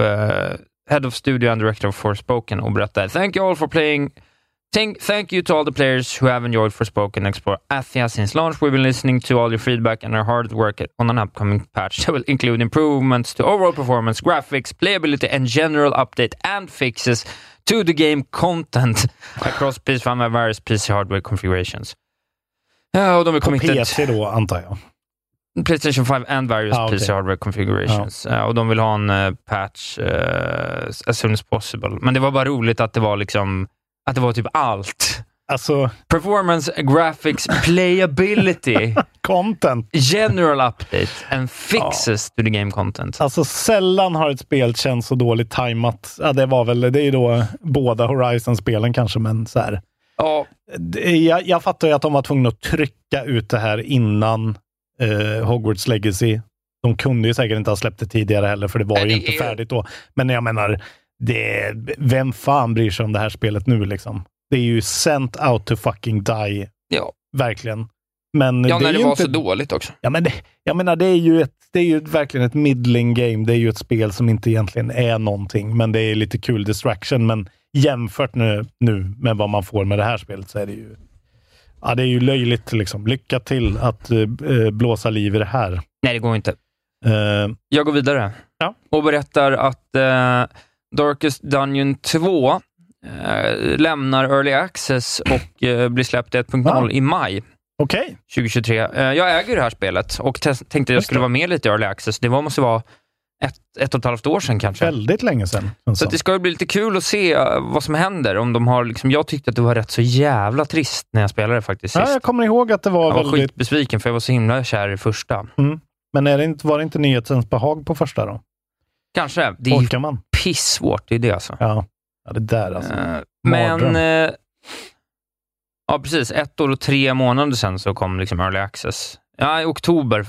of Studio and Director of Forspoken, och berättar: Thank you all for playing. Thank you to all the players who have enjoyed Forspoken and Explore Athia since launch. We've been listening to all your feedback and are hard at work on an upcoming patch that will include improvements to overall performance, graphics, playability, and general update and fixes to the game content across PS5 and various PC hardware configurations. Ja, och de är committed... På PC då, antar jag. PlayStation 5 and various PC hardware configurations. Och de vill ha en patch as soon as possible. Men det var bara roligt att det var liksom... Att det var typ allt. Alltså... Performance, graphics, playability. Content. General update and fixes to the game content. Alltså sällan har ett spel känts så dåligt timat. Ja, det är ju då båda Horizon-spelen kanske, men så här. Ja. Jag fattar ju att de var tvungna att trycka ut det här innan Hogwarts Legacy. De kunde ju säkert inte ha släppt det tidigare heller, för det var ju inte färdigt då. Men jag menar... vem fan bryr sig om det här spelet nu liksom? Det är ju sent out to fucking die. Ja. Verkligen. Men ja, när det var inte... så dåligt också. Ja, men jag menar, det är ju verkligen ett middling game. Det är ju ett spel som inte egentligen är någonting, men det är lite kul distraction. Men jämfört nu med vad man får med det här spelet, så är det ju... Ja, det är ju löjligt liksom. Lycka till att blåsa liv i det här. Nej, det går inte. Jag går vidare. Ja. Och berättar att Darkest Dungeon 2 lämnar Early Access och blir släppt i 1.0 i maj 2023. Jag äger det här spelet och tänkte att jag skulle vara med lite i Early Access. Det måste vara ett och ett halvt år sedan kanske. Väldigt länge sedan. Så att det ska ju bli lite kul att se vad som händer. Om de har liksom, jag tyckte att det var rätt så jävla trist när jag spelade faktiskt sist. Ja, jag kommer ihåg att det var jag var skitbesviken för jag var så himla kär i första. Men var det inte nyhetens behag på första då? Kanske. Det är ju pissvårt, det är det alltså. Ja, det där alltså. Men ja, precis. 1 år och 3 månader sedan så kom liksom Early Access. Ja, i oktober.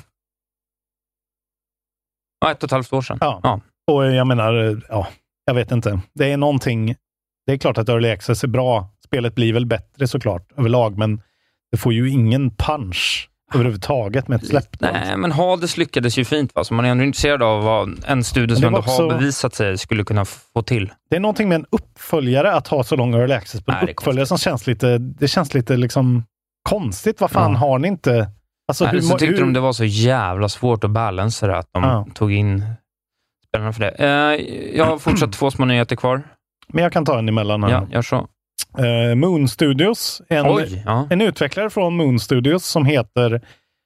Ja, 1,5 år sedan. Ja. Och jag menar, jag vet inte. Det är någonting, det är klart att Early Access är bra. Spelet blir väl bättre såklart överlag, men det får ju ingen punch överhuvudtaget med ett släpp. Nej, men Hades lyckades ju fint, va? Så man är ändå intresserad av vad en studio som ändå har bevisat sig skulle kunna få till. Det är någonting med en uppföljare att ha så lång Early Access på en uppföljare som känns lite liksom konstigt. Vad fan har ni inte? Alltså, så tyckte de det var så jävla svårt att balansera att de tog in spelarna för det. Jag har fortsatt 2 små nyheter kvar. Men jag kan ta en emellan här. Ja, gör så. Moon Studios, en utvecklare från Moon Studios som heter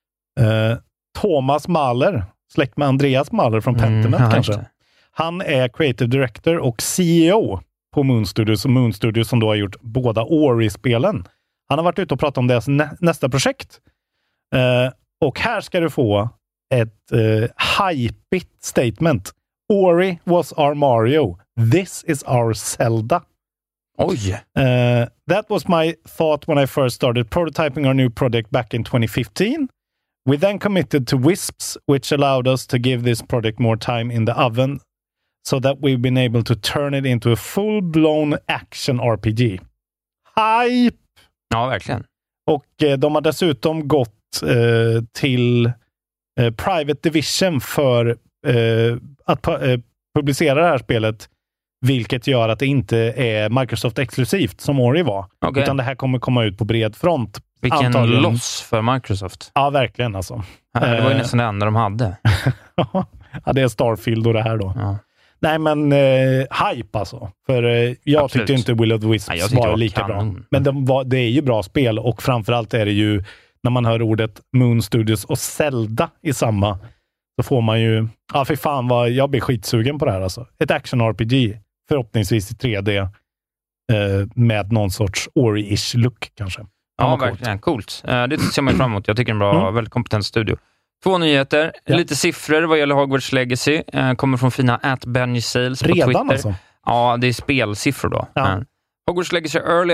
Thomas Mahler, släkt med Andreas Mahler från Pentiment kanske. Han är Creative Director och CEO på Moon Studios, och Moon Studios som då har gjort båda Ori-spelen. Han har varit ute och pratat om deras nästa projekt. Och här ska du få ett hypigt statement. Ori was our Mario. This is our Zelda. Oj! That was my thought when I first started prototyping our new project back in 2015. We then committed to Wisps, which allowed us to give this project more time in the oven so that we've been able to turn it into a full-blown action RPG. Hype! Ja, verkligen. Och de har dessutom gått till Private Division för att publicera det här spelet, vilket gör att det inte är Microsoft-exklusivt som Ori var. Okay. Utan det här kommer komma ut på bred front. Vilken loss för Microsoft. Ja, verkligen alltså. Det var ju nästan det enda de hade. Ja, det är Starfield och det här då. Ja. Nej, men hype alltså. För jag Absolut. tyckte inte Will of the Wisps var lika bra. Men det är ju bra spel, och framförallt är det ju, när man hör ordet Moon Studios och Zelda i samma, så får man ju, för fan vad jag blir skitsugen på det här alltså. Ett action-RPG, förhoppningsvis i 3D, med någon sorts Ori-ish look kanske. Ja, verkligen. Coolt. Det ser man fram emot. Jag tycker det är en bra, väldigt kompetent studio. 2 nyheter. Lite siffror vad gäller Hogwarts Legacy. Kommer från fina @BennySales på Twitter. Redan alltså? Ja, det är spelsiffror då. Ja. Hogwarts Legacy Early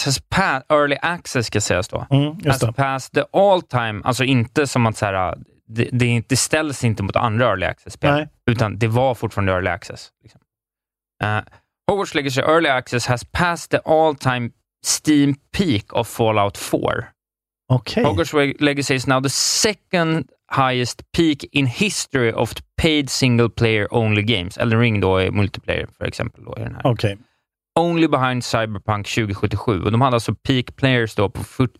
Access ska sägas då. Has passed the all time, alltså inte som att så här, det ställs inte mot andra Early Access-spel, utan det var fortfarande Early Access. Liksom. Hogwarts Legacy Early Access has passed the all time Steam peak of Fallout 4. Okay. Hogwarts Legacy is now the second highest peak in history of paid single player only games. Elden Ring då är multiplayer för exempel då i den här. Okay. Only behind Cyberpunk 2077. Och de hade alltså peak players då på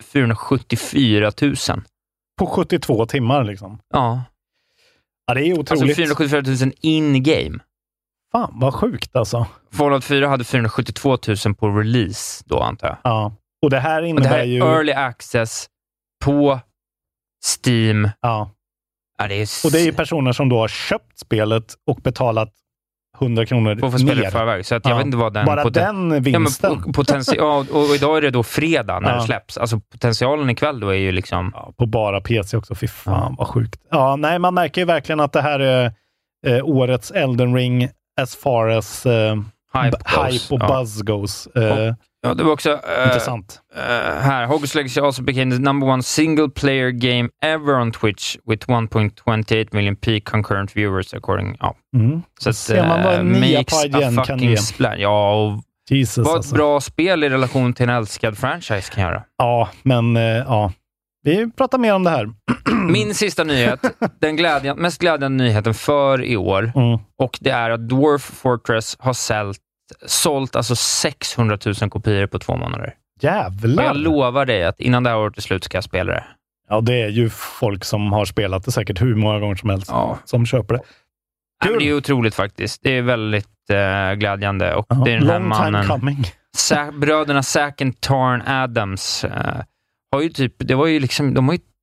474 000. På 72 timmar liksom. Ja. Ja, det är otroligt. Alltså 474 000 in-game. Fan, vad sjukt alltså. Fallout 4 hade 472 000 på release då, antar jag. Ja. Och det här innebär det här är ju early access på Steam. Ja. Ja, det är och det är ju personer som då har köpt spelet och betalat 100 kronor för spela förväg. Så att jag vet inte vad den... Bara den vinsten. Och idag är det då fredag när det släpps. Alltså potentialen ikväll då är ju liksom... Ja, på bara PC också. Fy fan, vad sjukt. Ja, nej, man märker ju verkligen att det här är årets Elden Ring as far as hype och buzz goes. Ja, det var också intressant. Här, Hogwarts Legacy also became the #1 single player game ever on Twitch with 1.28 million peak concurrent viewers according. Ja. Så att ser man vad en nya på IGN kan ge. Ja, och Jesus, vad ett alltså. bra spel i relation till en älskad franchise kan göra. Ja, men ja. Vi pratar mer om det här. Min sista nyhet, den mest glädjande nyheten för i år, och det är att Dwarf Fortress har sålt alltså 600 000 kopior på 2 månader. Jävlar! Och jag lovar dig att innan det här året är slut ska jag spela det. Ja, det är ju folk som har spelat det säkert hur många gånger som helst som köper det. Ja, det är otroligt faktiskt. Det är väldigt glädjande. Och det är den här mannen. Bröderna Zack and Tarn Adams har ju typ, det var ju liksom, de har ju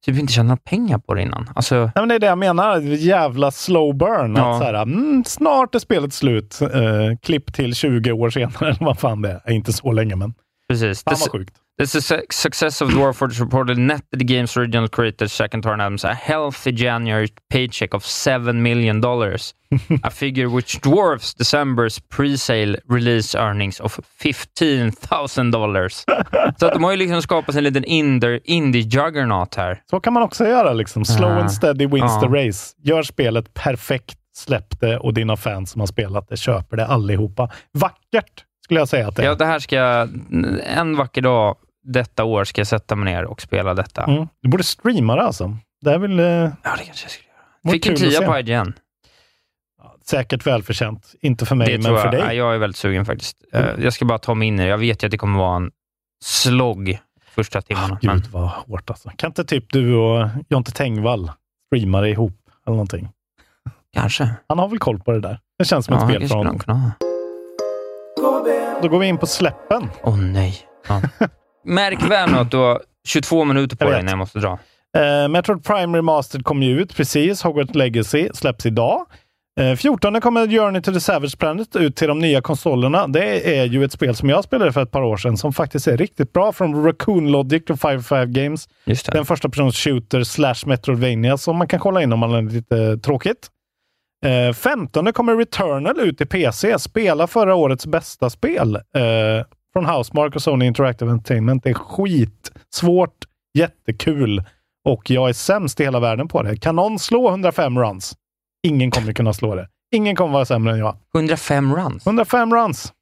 typ inte tjänat några pengar på det innan. Alltså... Nej, men det är det jag menar. Jävla slow burn. Ja. Att så här, snart är spelet slut. Klipp till 20 år senare. Eller vad fan det är. Inte så länge, men... Precis. Fan vad sjukt. The success of Dwarf Fortress reported netted the game's original creator, Second Turn Adams, a healthy January paycheck of $7 million. A figure which dwarfs December's pre-sale release earnings of $15,000. Så att de har ju liksom skapat en liten indie-juggernaut här. Så kan man också göra liksom. Slow and steady wins the race. Gör spelet perfekt, släpp det och dina fans som har spelat det köper det allihopa. Vackert skulle jag säga att det är. Ja, det här ska jag, en vacker dag detta år ska jag sätta mig ner och spela detta. Du borde streama det alltså. Det är väl... Ja, det kanske jag skulle göra. Fick en 10 på IGN. Ja, säkert välförtjänt. Inte för mig, det men för dig. Ja, jag är väldigt sugen faktiskt. Jag ska bara ta mig in i det. Jag vet ju att det kommer vara en slogg första timmarna. Gud, vad hårt alltså. Kan inte typ du och Jonte Tengvall streama det ihop eller någonting? Kanske. Han har väl koll på det där. Det känns som ett spel från honom. Då går vi in på släppen. Nej. Ja. Märk väl nu att du har 22 minuter på dig när jag måste dra. Metroid Prime Remastered kom ju ut precis. Hogwarts Legacy släpps idag. 14 kommer Journey to the Savage Planet ut till de nya konsolerna. Det är ju ett spel som jag spelade för ett par år sedan som faktiskt är riktigt bra, från Raccoon Logic och 5 Games. Den första persons shooter / Metroidvania som man kan kolla in om man är lite tråkigt. 15 kommer Returnal ut till PC. Spela förra årets bästa spel från Housemarque och Sony Interactive Entertainment. Det är skitsvårt, jättekul och jag är sämst i hela världen på det. Kan någon slå 105 runs? Ingen kommer kunna slå det. Ingen kommer vara sämre än jag. 105 runs? 105 runs.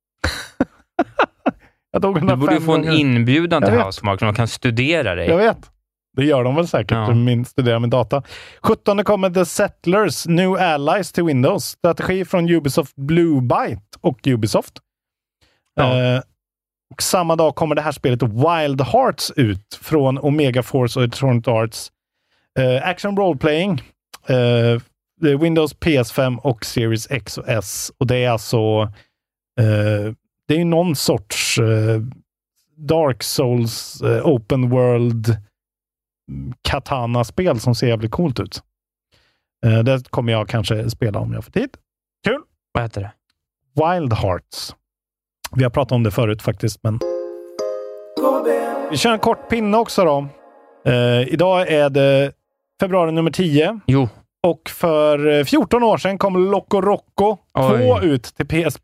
Jag tog 105 du borde få en inbjudan till Housemarque så man kan studera dig. Jag vet. Det gör de väl säkert. Studera med data. 17 kommer The Settlers New Allies till Windows. Strategi från Ubisoft Blue Byte och Ubisoft. Och samma dag kommer det här spelet Wild Hearts ut från Omega Force och Electronic Arts. Action Role-Playing. Windows, PS5 och Series X och S. Och det är alltså det är någon sorts Dark Souls Open World Katana-spel som ser jävligt coolt ut. Det kommer jag kanske spela om jag får tid. Kul! Vad heter det? Wild Hearts. Vi har pratat om det förut faktiskt, men... Vi kör en kort pinne också då. Idag är det februari nummer 10. Jo. Och för 14 år sedan kom Loco Roco 2 ut till PSP.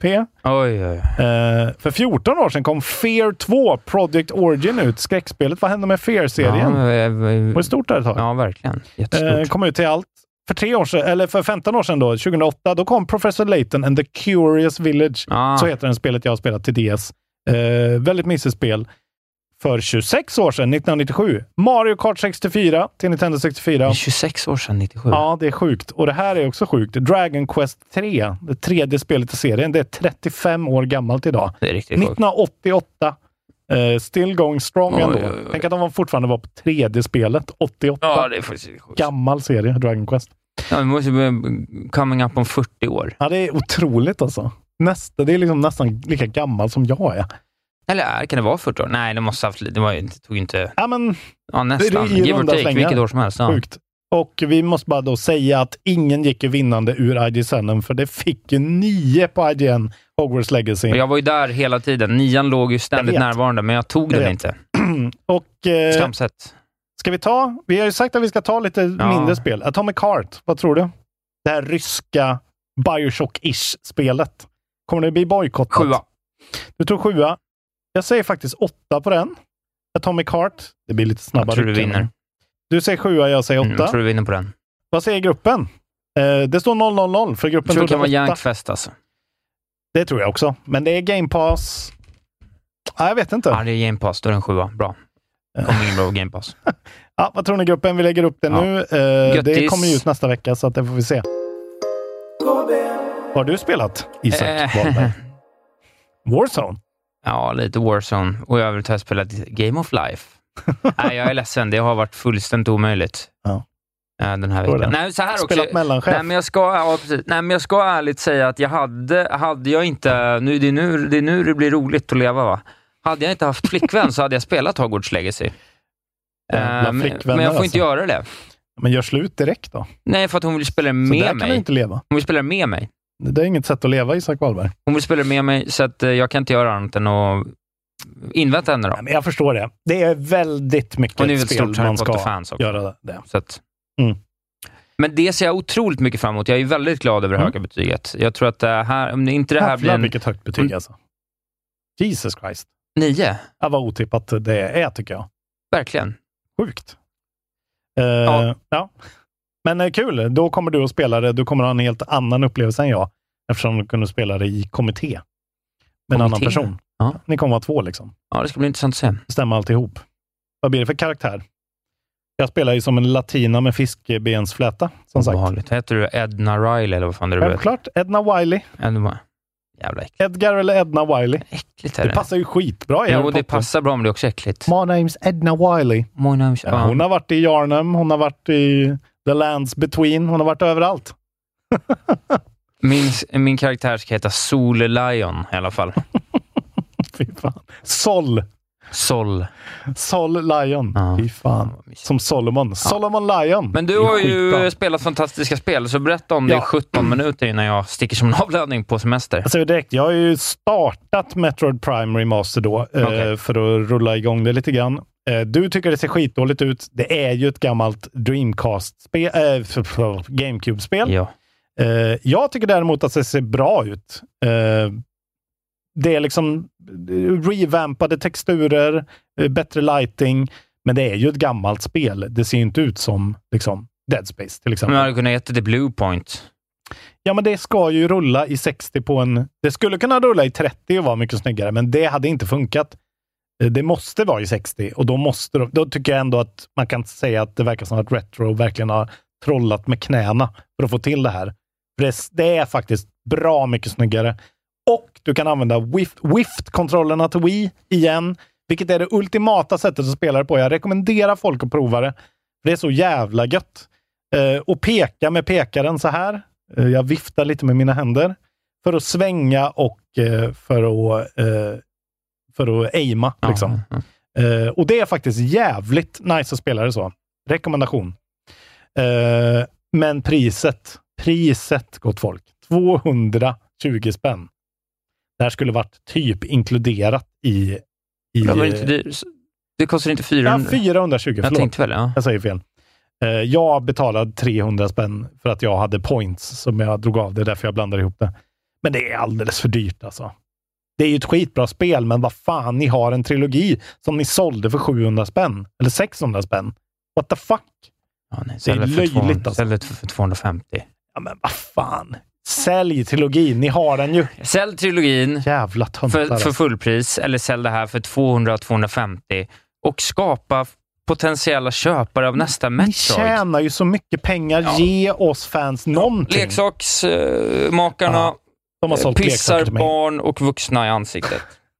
För 14 år sedan kom Fear 2 Project Origin ut. Skräckspelet. Vad hände med Fear-serien? Var det stort där ett tag? Ja, verkligen. Jättestort. Kom ut till allt. För 15 år sedan då, 2008, då kom Professor Layton and the Curious Village. Så heter den spelet jag har spelat till DS. Väldigt mysigt spel. För 26 år sedan, 1997. Mario Kart 64 till Nintendo 64. Det är 26 år sedan, 97. Ja, det är sjukt. Och det här är också sjukt. Dragon Quest 3, det tredje spelet i serien, det är 35 år gammalt idag. Det är riktigt 1988. Still going strong ändå. Tänk att de fortfarande var på tredje spelet. 88. Ja, det är faktiskt sjukt. Gammal serie, Dragon Quest. Ja, vi måste bli coming up om 40 år. Ja, det är otroligt alltså. Det är liksom nästan lika gammal som jag är. Eller kan det vara 40 år? Nej, det måste ha haft lite. Det tog inte... Ja, men... Ja, nästan. Give or take, vilket år som helst. Ja. Sjukt. Och vi måste bara då säga att ingen gick ju vinnande ur IGN, för det fick ju 9 på IGN, Hogwarts Legacy. Och jag var ju där hela tiden. 9 låg ju ständigt närvarande, men jag tog den inte. Och... Skamset. Ska vi ta... Vi har ju sagt att vi ska ta lite mindre spel. Atomic Heart, vad tror du? Det här ryska Bioshock-ish-spelet. Kommer det bli bojkottat? 7. Du tror 7. Jag säger faktiskt 8 på den. Atomic Heart. Det blir lite snabbare. Jag tror du vinner. Du säger 7, jag säger 8. Jag tror du vinner på den. Vad säger gruppen? Det står 0-0-0 för gruppen. Jag tror det kan vara Jankfest alltså. Det tror jag också. Men det är Game Pass. Jag vet inte. Ja, det är Game Pass. Då är den 7. Bra. Kommer in bra Game Pass. Ja, vad tror ni gruppen? Vi lägger upp det nu. Det kommer ju ut nästa vecka, så att det får vi se. Vad har du spelat, Isak Wahlberg? Warzone? Ja, lite Warzone. Och jag har spelat Game of Life. Nej, jag är ledsen. Det har varit fullständigt omöjligt. Den här veckan. Nej, så här också. Spelat mellanchef. Nej, men jag ska ärligt säga att jag hade jag inte... Det är nu det blir roligt att leva, va? Hade jag inte haft flickvän så hade jag spelat Hogwarts Legacy. Men jag får inte göra det. Men gör slut direkt då. Nej, för att hon vill spela med mig. Så där kan du inte leva. Hon vill spela med mig. Det är inget sätt att leva, Isak Wahlberg. Hon vill spela med mig, så att jag kan inte göra annat än att invänta henne då. Men jag förstår det. Det är väldigt mycket spel man ska göra det. Så att, Men det ser jag otroligt mycket fram emot. Jag är väldigt glad över det höga betyget. Jag tror att det här, om inte det här blir vilket högt betyg alltså. Jesus Christ. 9. Ja, vad otippat det är, tycker jag. Verkligen. Sjukt. Ja. Men kul, då kommer du att spela det. Du kommer att ha en helt annan upplevelse än jag. Eftersom du kunde spela det i kommitté. Med en annan person. Ja. Ni kommer vara 2 liksom. Ja, det ska bli intressant att se. Stämma alltihop. Vad blir det för karaktär? Jag spelar ju som en latina med fiskbensfläta, som sagt. Heter du Edna Riley eller vad fan det är? Självklart, Edna Wiley. Jävla äckligt. Edgar eller Edna Wiley. Äckligt är det. Det passar ju skitbra. Jo, det passar bra, men det är också äckligt. My name's Edna Wiley. Hon har varit i Yarnum, hon har varit i The Lands Between, hon har varit överallt. Min karaktär ska heta Sol Lion i alla fall. Fy fan. Sol Lion. Fy fan. Som Solomon. Solomon Lion. Men du har ju spelat fantastiska spel, så berätta om det i 17 minuter innan jag sticker som en avlöning på semester. Alltså direkt, jag har ju startat Metroid Prime Remaster då för att rulla igång det lite grann. Du tycker det ser skitdåligt ut. Det är ju ett gammalt Dreamcast-spel, GameCube-spel. Ja. Jag tycker däremot att det ser bra ut. Det är liksom revampade texturer, bättre lighting, men det är ju ett gammalt spel. Det ser inte ut som liksom Dead Space till exempel. Men hade kunnat heta det Blue Point. Ja, men det ska ju rulla i 60 på en... Det skulle kunna rulla i 30 och vara mycket snyggare, men det hade inte funkat. Det måste vara i 60 och då tycker jag ändå att man kan säga att det verkar som att Retro verkligen har trollat med knäna för att få till det här. För det är faktiskt bra mycket snyggare. Och du kan använda Wift-kontrollerna till Wii igen, vilket är det ultimata sättet att spela det på. Jag rekommenderar folk att prova det. Det är så jävla gött. Och peka med pekaren så här. Jag viftar lite med mina händer för att svänga och för att aima. Liksom. Och det är faktiskt jävligt nice att spela det så. Rekommendation. Men priset, gott folk. 220 spänn. Det här skulle varit typ inkluderat i det kostar inte 400? Ja, 420. Jag tänkte väl, ja. Jag säger fel. Jag betalade 300 spänn för att jag hade points som jag drog av. Det är därför jag blandar ihop det. Men det är alldeles för dyrt alltså. Det är ju ett skitbra spel, men vad fan, ni har en trilogi som ni sålde för 700 spänn. Eller 600 spänn. What the fuck? Ja, nej, det är löjligt alltså. Sälj för 250. Ja, men vad fan. Sälj trilogin, ni har den ju. Sälj trilogin jävla för fullpris, eller sälj det här för 200-250 och skapa potentiella köpare av nästa Metroid. Ni tjänar ju så mycket pengar. Ja. Ge oss fans någonting. Leksaksmakarna pissar barn och vuxna i ansiktet.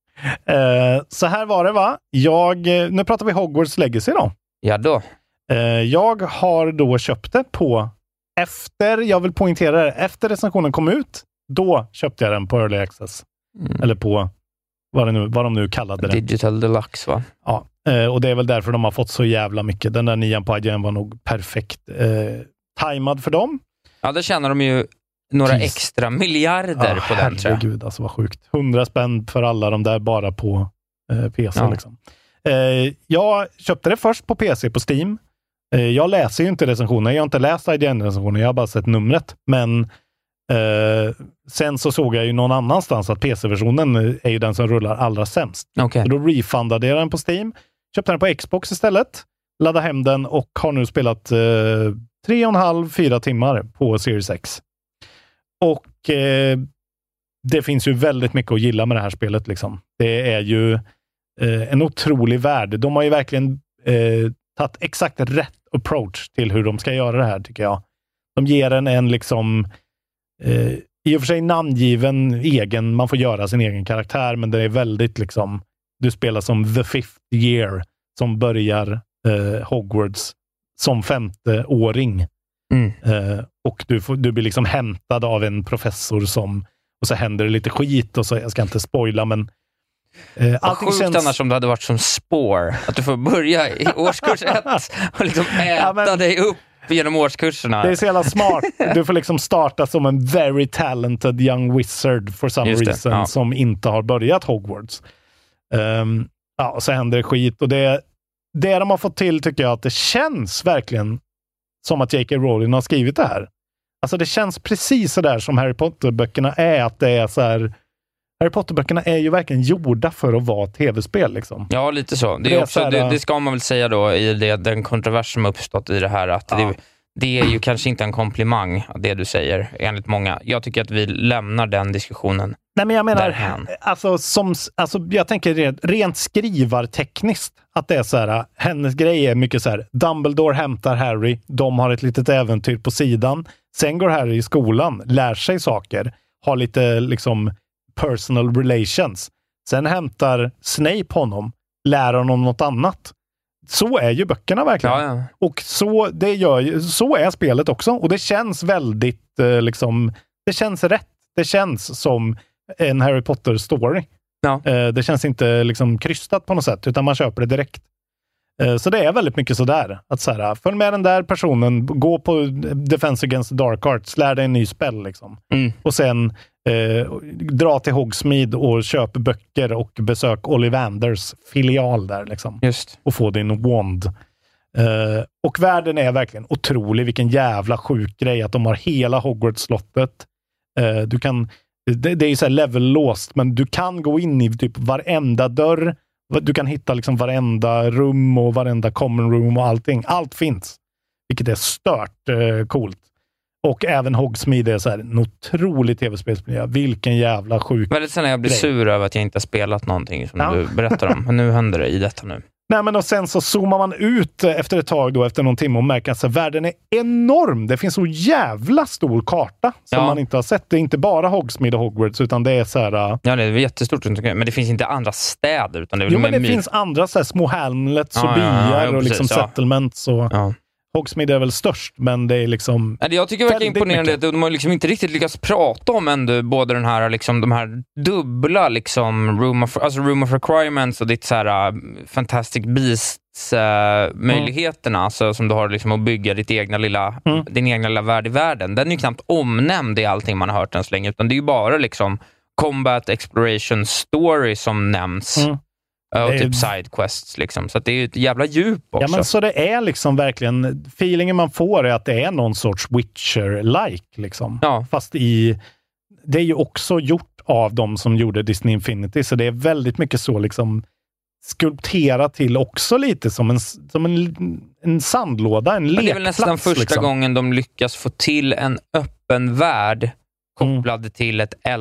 Så här var det, va? Nu pratar vi Hogwarts Legacy då. Ja då. Jag har då köpt det jag vill poängtera det, efter recensionen kom ut, då köpte jag den på Early Access. Eller på vad de nu kallade det. Digital Deluxe, va? Ja, och det är väl därför de har fått så jävla mycket. Den där 9 på IGN var nog perfekt tajmad för dem. Ja, där tjänar de ju några extra miljarder på den, tror jag. Herregud, alltså vad sjukt. 100 spänn för alla de där bara på PC liksom. Jag köpte det först på PC på Steam. Jag läser ju inte recensioner. Jag har inte läst IGN-recensioner. Jag har bara sett numret. Men sen så såg jag ju någon annanstans att PC-versionen är ju den som rullar allra sämst. Okay. Så då refundade jag den på Steam. Köpte den på Xbox istället. Laddade hem den och har nu spelat 3,5-4 timmar på Series X. Och det finns ju väldigt mycket att gilla med det här spelet. Liksom. Det är ju en otrolig värld. De har ju verkligen tagit exakt rätt approach till hur de ska göra det här, tycker jag. De ger en liksom i och för sig namngiven egen, man får göra sin egen karaktär, men det är väldigt liksom, du spelar som the fifth year som börjar Hogwarts som 5-åring. Och du blir liksom hämtad av en professor och så händer det lite skit och så, jag ska inte spoila, men Allting sjukt känns... annars om det hade varit som Spore. Att du får börja i årskurs 1 och liksom äta dig upp genom årskurserna. Det är så jävla smart. Du får liksom starta som en very talented young wizard for some reason som inte har börjat Hogwarts. Och så händer det skit. Och det de har fått till tycker jag att det känns verkligen som att J.K. Rowling har skrivit det här. Alltså det känns precis så där som Harry Potter-böckerna är. Att det är så här... Harry Potter-böckerna är ju verkligen gjorda för att vara tv-spel liksom. Ja, lite så. Det är också, här, det ska man väl säga då i den kontrovers som uppstått i det här att det är ju kanske inte en komplimang det du säger enligt många. Jag tycker att vi lämnar den diskussionen. Nej, men jag menar jag tänker rent skrivartekniskt att det är så här, hennes grej är mycket så här, Dumbledore hämtar Harry, de har ett litet äventyr på sidan. Sen går Harry i skolan, lär sig saker, har lite liksom personal relations. Sen hämtar Snape honom, lär honom något annat. Så är ju böckerna verkligen. Ja. Och så är spelet också. Och det känns väldigt det känns rätt. Det känns som en Harry Potter story. Ja. Det känns inte liksom krystat på något sätt, utan man köper det direkt. Så det är väldigt mycket sådär. Att så här, följ med den där personen, gå på Defense Against the Dark Arts, lär dig en ny spel liksom. Och sen dra till Hogsmeade och köp böcker och besök Ollivanders filial där liksom. Just. Och få din wand. Och världen är verkligen otrolig. Vilken jävla sjuk grej att de har hela Hogwarts-slottet. Du kan, det är ju så här level-låst, men du kan gå in i typ varenda dörr. Du kan hitta liksom varenda rum och varenda common room och allting. Allt finns. Vilket är stört coolt. Och även Hogsmeade är så här en otrolig tv-spelsmiljö. Vilken jävla sjuk väldigt sen när jag blir sur över att jag inte har spelat någonting som du berättar om. Men nu händer det i detta nu. Nej, men och sen så zoomar man ut efter ett tag då, efter någon timme och märker att världen är enorm. Det finns så jävla stor karta som man inte har sett. Det är inte bara Hogsmeade och Hogwarts, utan det är så här... Ja, det är jättestort, men det finns inte andra städer. Utan det är men det finns andra så här, små hamlets och byar och liksom settlements och... Ja. Hogsmeade är väl störst, men det är liksom... Jag tycker det verkar imponerande att de har liksom inte riktigt lyckats prata om ändå både den här, liksom, de här dubbla liksom, room of requirements och ditt så här Fantastic Beasts möjligheterna alltså, som du har liksom, att bygga din egna lilla värld i världen. Den är ju knappt omnämnd i allting man har hört än så länge, utan det är ju bara liksom combat exploration story som nämns. Och typ sidequests liksom. Så att det är ju ett jävla djup också. Ja, men så det är liksom verkligen... Feelingen man får är att det är någon sorts Witcher-like liksom. Ja. Fast det är ju också gjort av de som gjorde Disney Infinity. Så det är väldigt mycket så liksom skulpterat till också lite som en sandlåda, en lekplats. Det är väl nästan första gången de lyckas få till en öppen värld kopplad till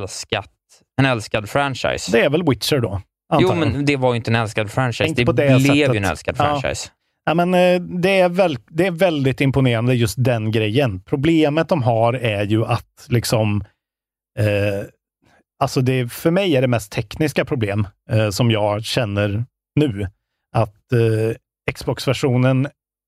en älskad franchise. Det är väl Witcher då? Jo, men det var ju inte en älskad franchise. Det blev ju en älskad franchise. Ja, men det är väldigt imponerande just den grejen. Problemet de har är ju att liksom alltså för mig är det mest tekniska problem som jag känner nu. Att Xbox-versionen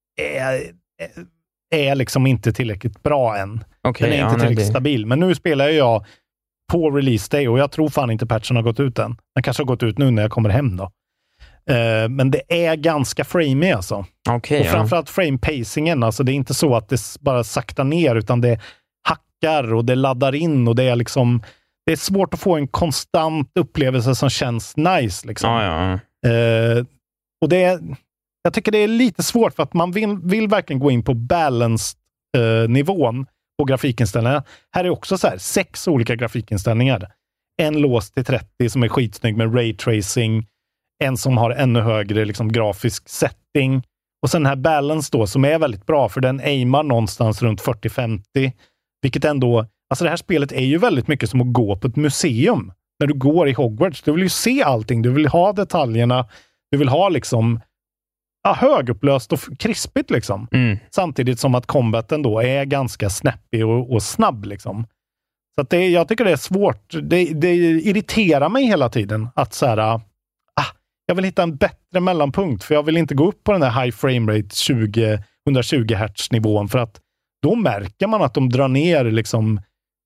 är liksom inte tillräckligt bra än. Den är inte tillräckligt stabil. Men nu spelar jag på release day och jag tror fan inte patchen har gått ut än. Den kanske har gått ut nu när jag kommer hem då. Men det är ganska framey alltså. Okay, och framförallt frame-pacingen. Alltså det är inte så att det bara saktar ner, utan det hackar och det laddar in och det är liksom... Det är svårt att få en konstant upplevelse som känns nice liksom. Och jag tycker det är lite svårt för att man vill verkligen gå in på balanced nivån på grafikinställningarna. Här är också så här 6 olika grafikinställningar. En låst till 30 som är skitsnygg med raytracing. En som har ännu högre liksom, grafisk setting. Och sen den här balance då som är väldigt bra, för den aimar någonstans runt 40-50. Vilket ändå... Alltså det här spelet är ju väldigt mycket som att gå på ett museum. När du går i Hogwarts. Du vill ju se allting. Du vill ha detaljerna. Du vill ha liksom högupplöst och krispigt liksom. Samtidigt som att combaten då är ganska snappy och snabb liksom. Så att jag tycker det är svårt. Det irriterar mig hela tiden att så här, jag vill hitta en bättre mellanpunkt, för jag vill inte gå upp på den här high frame rate 120 Hz nivån, för att då märker man att de drar ner liksom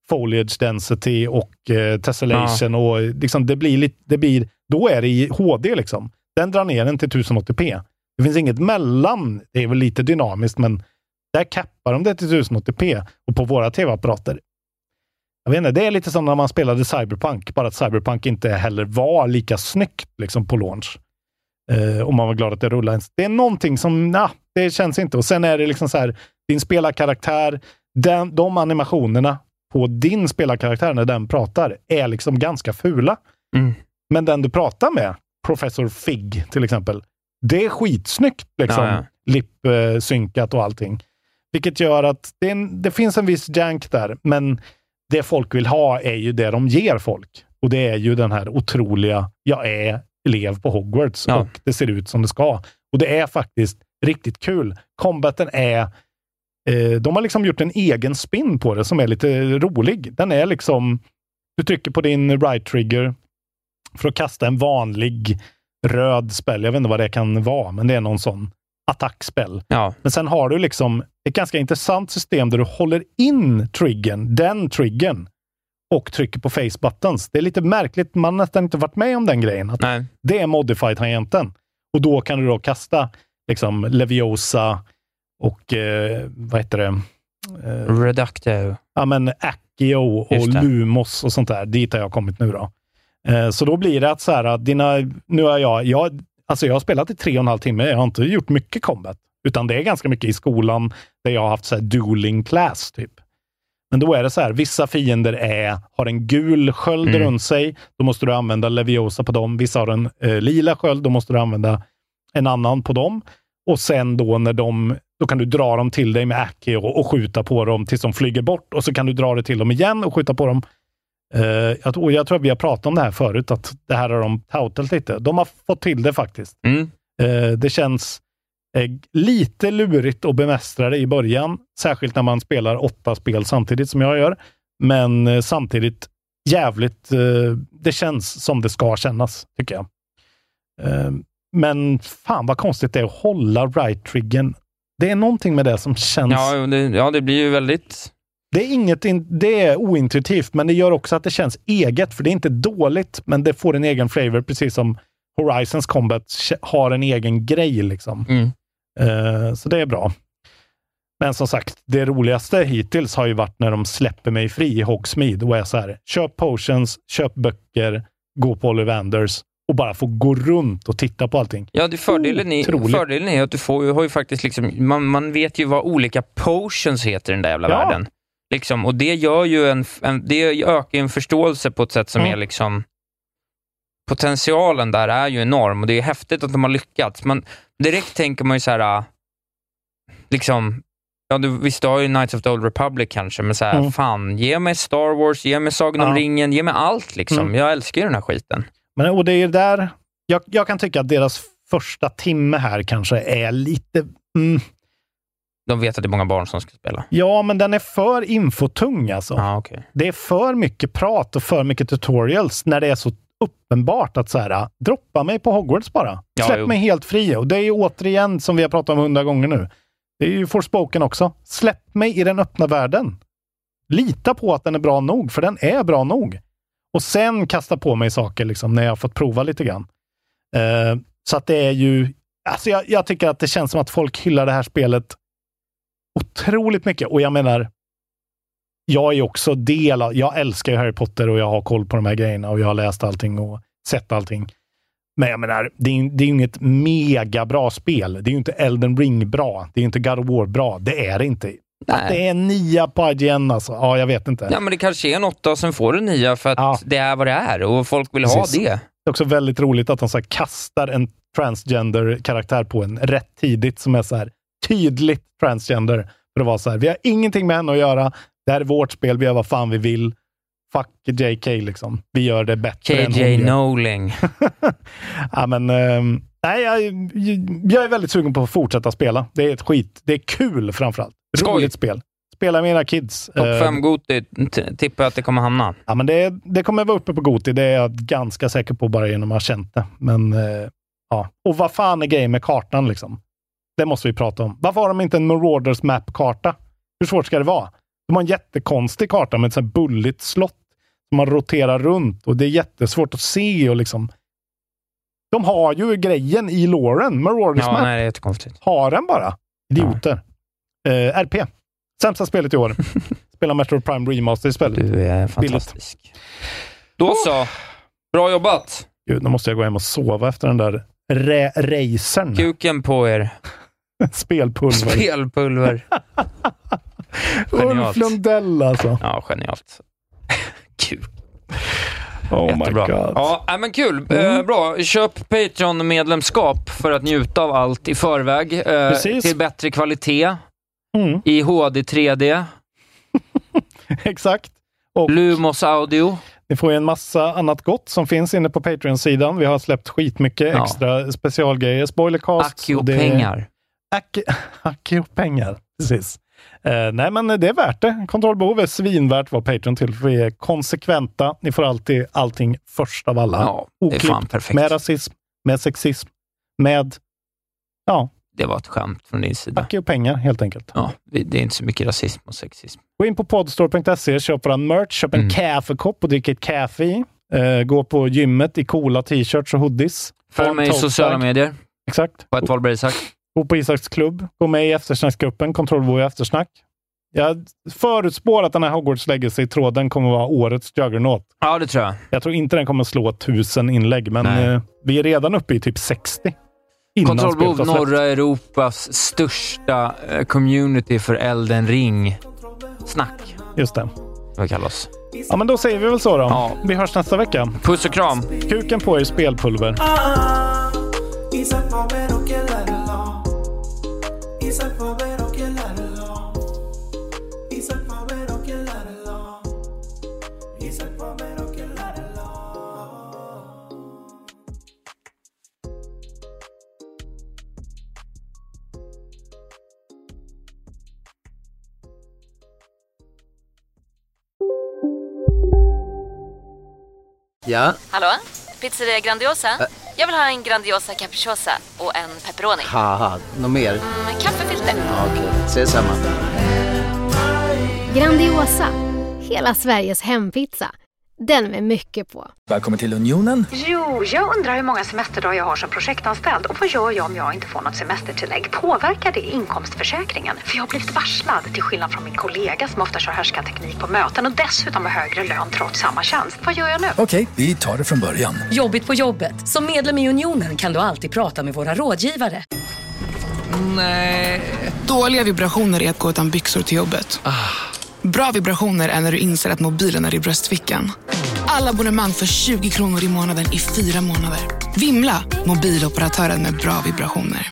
foliage density och tessellation och liksom det blir då är det i HD liksom. Den drar ner den till 1080p. Det finns inget mellan, det är väl lite dynamiskt, men där kappar de det till 1080p och på våra tv-apparater. Jag vet inte, det är lite som när man spelade Cyberpunk, bara att Cyberpunk inte heller var lika snyggt liksom på launch. Och man var glad att det rullade. Det är någonting som, det känns inte. Och sen är det liksom så här, din spelarkaraktär, de animationerna på din spelarkaraktär när den pratar är liksom ganska fula. Men den du pratar med, Professor Fig till exempel, det är skitsnyggt liksom. Lip-synkat och allting. Vilket gör att det finns en viss jank där, men det folk vill ha är ju det de ger folk. Och det är ju den här otroliga, jag är elev på Hogwarts och det ser ut som det ska. Och det är faktiskt riktigt kul. Combaten är de har liksom gjort en egen spin på det som är lite rolig. Den är liksom, du trycker på din right trigger för att kasta en vanlig röd spel. Jag vet inte vad det kan vara, men det är någon sån attackspel. Men sen har du liksom ett ganska intressant system där du håller in den triggern och trycker på face buttons. Det är lite märkligt, man har nästan inte varit med om den grejen. Att det är modified-tangenten. Och då kan du då kasta liksom Leviosa och vad heter det? Reducto. Ja, men Accio och Lumos och sånt där. Dit har jag kommit nu då. Så då blir det att så här, nu är jag har spelat i 3,5 timmar. Jag har inte gjort mycket combat. Utan det är ganska mycket i skolan där jag har haft så här dueling class typ. Men då är det så här, vissa fiender har en gul sköld runt sig. Då måste du använda Leviosa på dem. Vissa har en lila sköld. Då måste du använda en annan på dem. Och sen då då kan du dra dem till dig med Aki och skjuta på dem tills de flyger bort. Och så kan du dra det till dem igen och skjuta på dem. Jag tror att vi har pratat om det här förut. Att det här har de toutat lite. De har fått till det faktiskt. Det känns lite lurigt att bemästra det i början. Särskilt när man spelar 8 spel samtidigt som jag gör. Men samtidigt jävligt, det känns som det ska kännas, tycker jag. Men fan vad konstigt det är att hålla right-triggern. Det är någonting med det som känns... det blir ju väldigt... Det är ointuitivt, men det gör också att det känns eget, för det är inte dåligt, men det får en egen flavor, precis som Horizons Combat har en egen grej liksom. Så det är bra. Men som sagt, det roligaste hittills har ju varit när de släpper mig fri i Hogsmeade och är så här, köp potions, köp böcker, gå på Ollivanders och bara få gå runt och titta på allting. Ja, fördelen är att du har ju faktiskt liksom, man vet ju vad olika potions heter i den där jävla världen. Liksom, och det gör ju det ökar en förståelse på ett sätt som är liksom, potentialen där är ju enorm och det är häftigt att de har lyckats. Men direkt tänker man ju så här, liksom, visst, du har ju Knights of the Old Republic kanske, men så här, fan, ge mig Star Wars, ge mig Sagan om ringen, ge mig allt liksom. Jag älskar ju den här skiten. Men, och det är där, jag kan tycka att deras första timme här kanske är lite... De vet att det är många barn som ska spela. Ja, men den är för infotung alltså. Okay. Det är för mycket prat och för mycket tutorials när det är så uppenbart att så här, droppa mig på Hogwarts bara. Släpp mig helt fri. Och det är ju återigen, som vi har pratat om 100 gånger nu, det är ju Forspoken också. Släpp mig i den öppna världen. Lita på att den är bra nog, för den är bra nog. Och sen kasta på mig saker liksom, när jag har fått prova lite grann. Så att det är ju... Alltså jag tycker att det känns som att folk hyllar det här spelet otroligt mycket. Och jag menar, jag är också jag älskar ju Harry Potter och jag har koll på de här grejerna och jag har läst allting och sett allting. Men jag menar, det är ju inget mega bra spel. Det är ju inte Elden Ring bra. Det är ju inte God of War bra. Det är det inte. Att det är en 9 på IGN alltså. Ja, jag vet inte. Ja, men det kanske är en 8 och sen får du 9 för att det är vad det är och folk vill ha det. Det är också väldigt roligt att de så här kastar en transgender-karaktär på en rätt tidigt som är så här tydligt transgender. För att vara så här, vi har ingenting med henne att göra. Det här är vårt spel, vi gör vad fan vi vill. Fuck JK liksom. Vi gör det bättre än KJ Noling. Ja, men nej, jag är väldigt sugen på att fortsätta spela. Det är ett skit. Det är kul framförallt. Roligt spel. Spela med era kids. Topp 5 Goti tippar att det kommer hamna. Ja, men det kommer vara uppe på Goti. Det är jag ganska säker på bara genom att ha känt det. Men ja. Och vad fan är grejen med kartan liksom? Det måste vi prata om. Varför har de inte en Marauders Map-karta? Hur svårt ska det vara? De har en jättekonstig karta med ett sånt här bulligt slott som man roterar runt och det är jättesvårt att se och liksom. De har ju grejen i Lauren, Marauders Map. Nej, det är jättekonstigt. Har den bara. Idioter. RP. Sämsta spelet i år. Spela Metro Prime Remaster i spelet. Du är fantastisk. Då så. Bra jobbat. Gud, nu måste jag gå hem och sova efter den där racern. Kuken på er. Spelpulver. Ulf Lundell alltså. Ja, genialt. Kul. Oh jättebra. My God. Ja, men kul. Bra. Köp Patreon-medlemskap för att njuta av allt i förväg. Till bättre kvalitet. I HD 3D. Exakt. Och Lumos audio. ni får ju en massa annat gott som finns inne på Patreon-sidan. Vi har släppt skitmycket extra specialgrejer. Spoilercast. Accio-pengar. Accio-pengar, precis. Nej, men det är värt det. Kontrollbehov är svinvärt vad Patreon till. För vi är konsekventa. Ni får alltid allting först av alla. Ja, det är fan perfekt. Med rasism, med sexism, med det var ett skämt från din sida. Accio-pengar, helt enkelt. Ja, det är inte så mycket rasism och sexism. Gå in på podstore.se, köp våran merch, köp en kaffekopp och drick ett kaffe i. Gå på gymmet i coola t-shirts och hoodies. Följ mig i sociala medier. Exakt. På ett Valberg Isak. Gå på Isaks klubb. Gå med i eftersnacksgruppen. Kontrollbo i eftersnack. Jag förutspår att den här Hogwarts Legacy-tråden kommer att vara årets juggernaut. Ja, det tror jag. Jag tror inte den kommer att slå 1000 inlägg, men vi är redan uppe i typ 60. Kontrollbehov, norra Europas största community för Elden Ring. Snack. Just det. Vad kallas. Ja, men då säger vi väl så då. Ja. Vi hörs nästa vecka. Puss och kram. Kuken på er spelpulver. Ja. Hallå? Pizzeria Grandiosa? Jag vill ha en Grandiosa capriciosa och en pepperoni. Haha, något mer? Kaffefilter. Ja, okej, ses samma. Grandiosa, hela Sveriges hempizza. Den med mycket på. Välkommen till Unionen. Jo, jag undrar hur många semesterdagar jag har som projektanställd. Och vad gör jag om jag inte får något semestertillägg? Påverkar det inkomstförsäkringen? För jag har blivit varslad, till skillnad från min kollega som ofta kör härskarteknik på möten och dessutom har högre lön trots samma tjänst. Vad gör jag nu? Okej, vi tar det från början. Jobbigt på jobbet. Som medlem i Unionen kan du alltid prata med våra rådgivare. Nej. Dåliga vibrationer är att gå utan byxor till jobbet. Bra vibrationer är när du inser att mobilen är i bröstfickan. Alla abonnemang för 20 kronor i månaden i 4 månader. Vimla, mobiloperatören med bra vibrationer.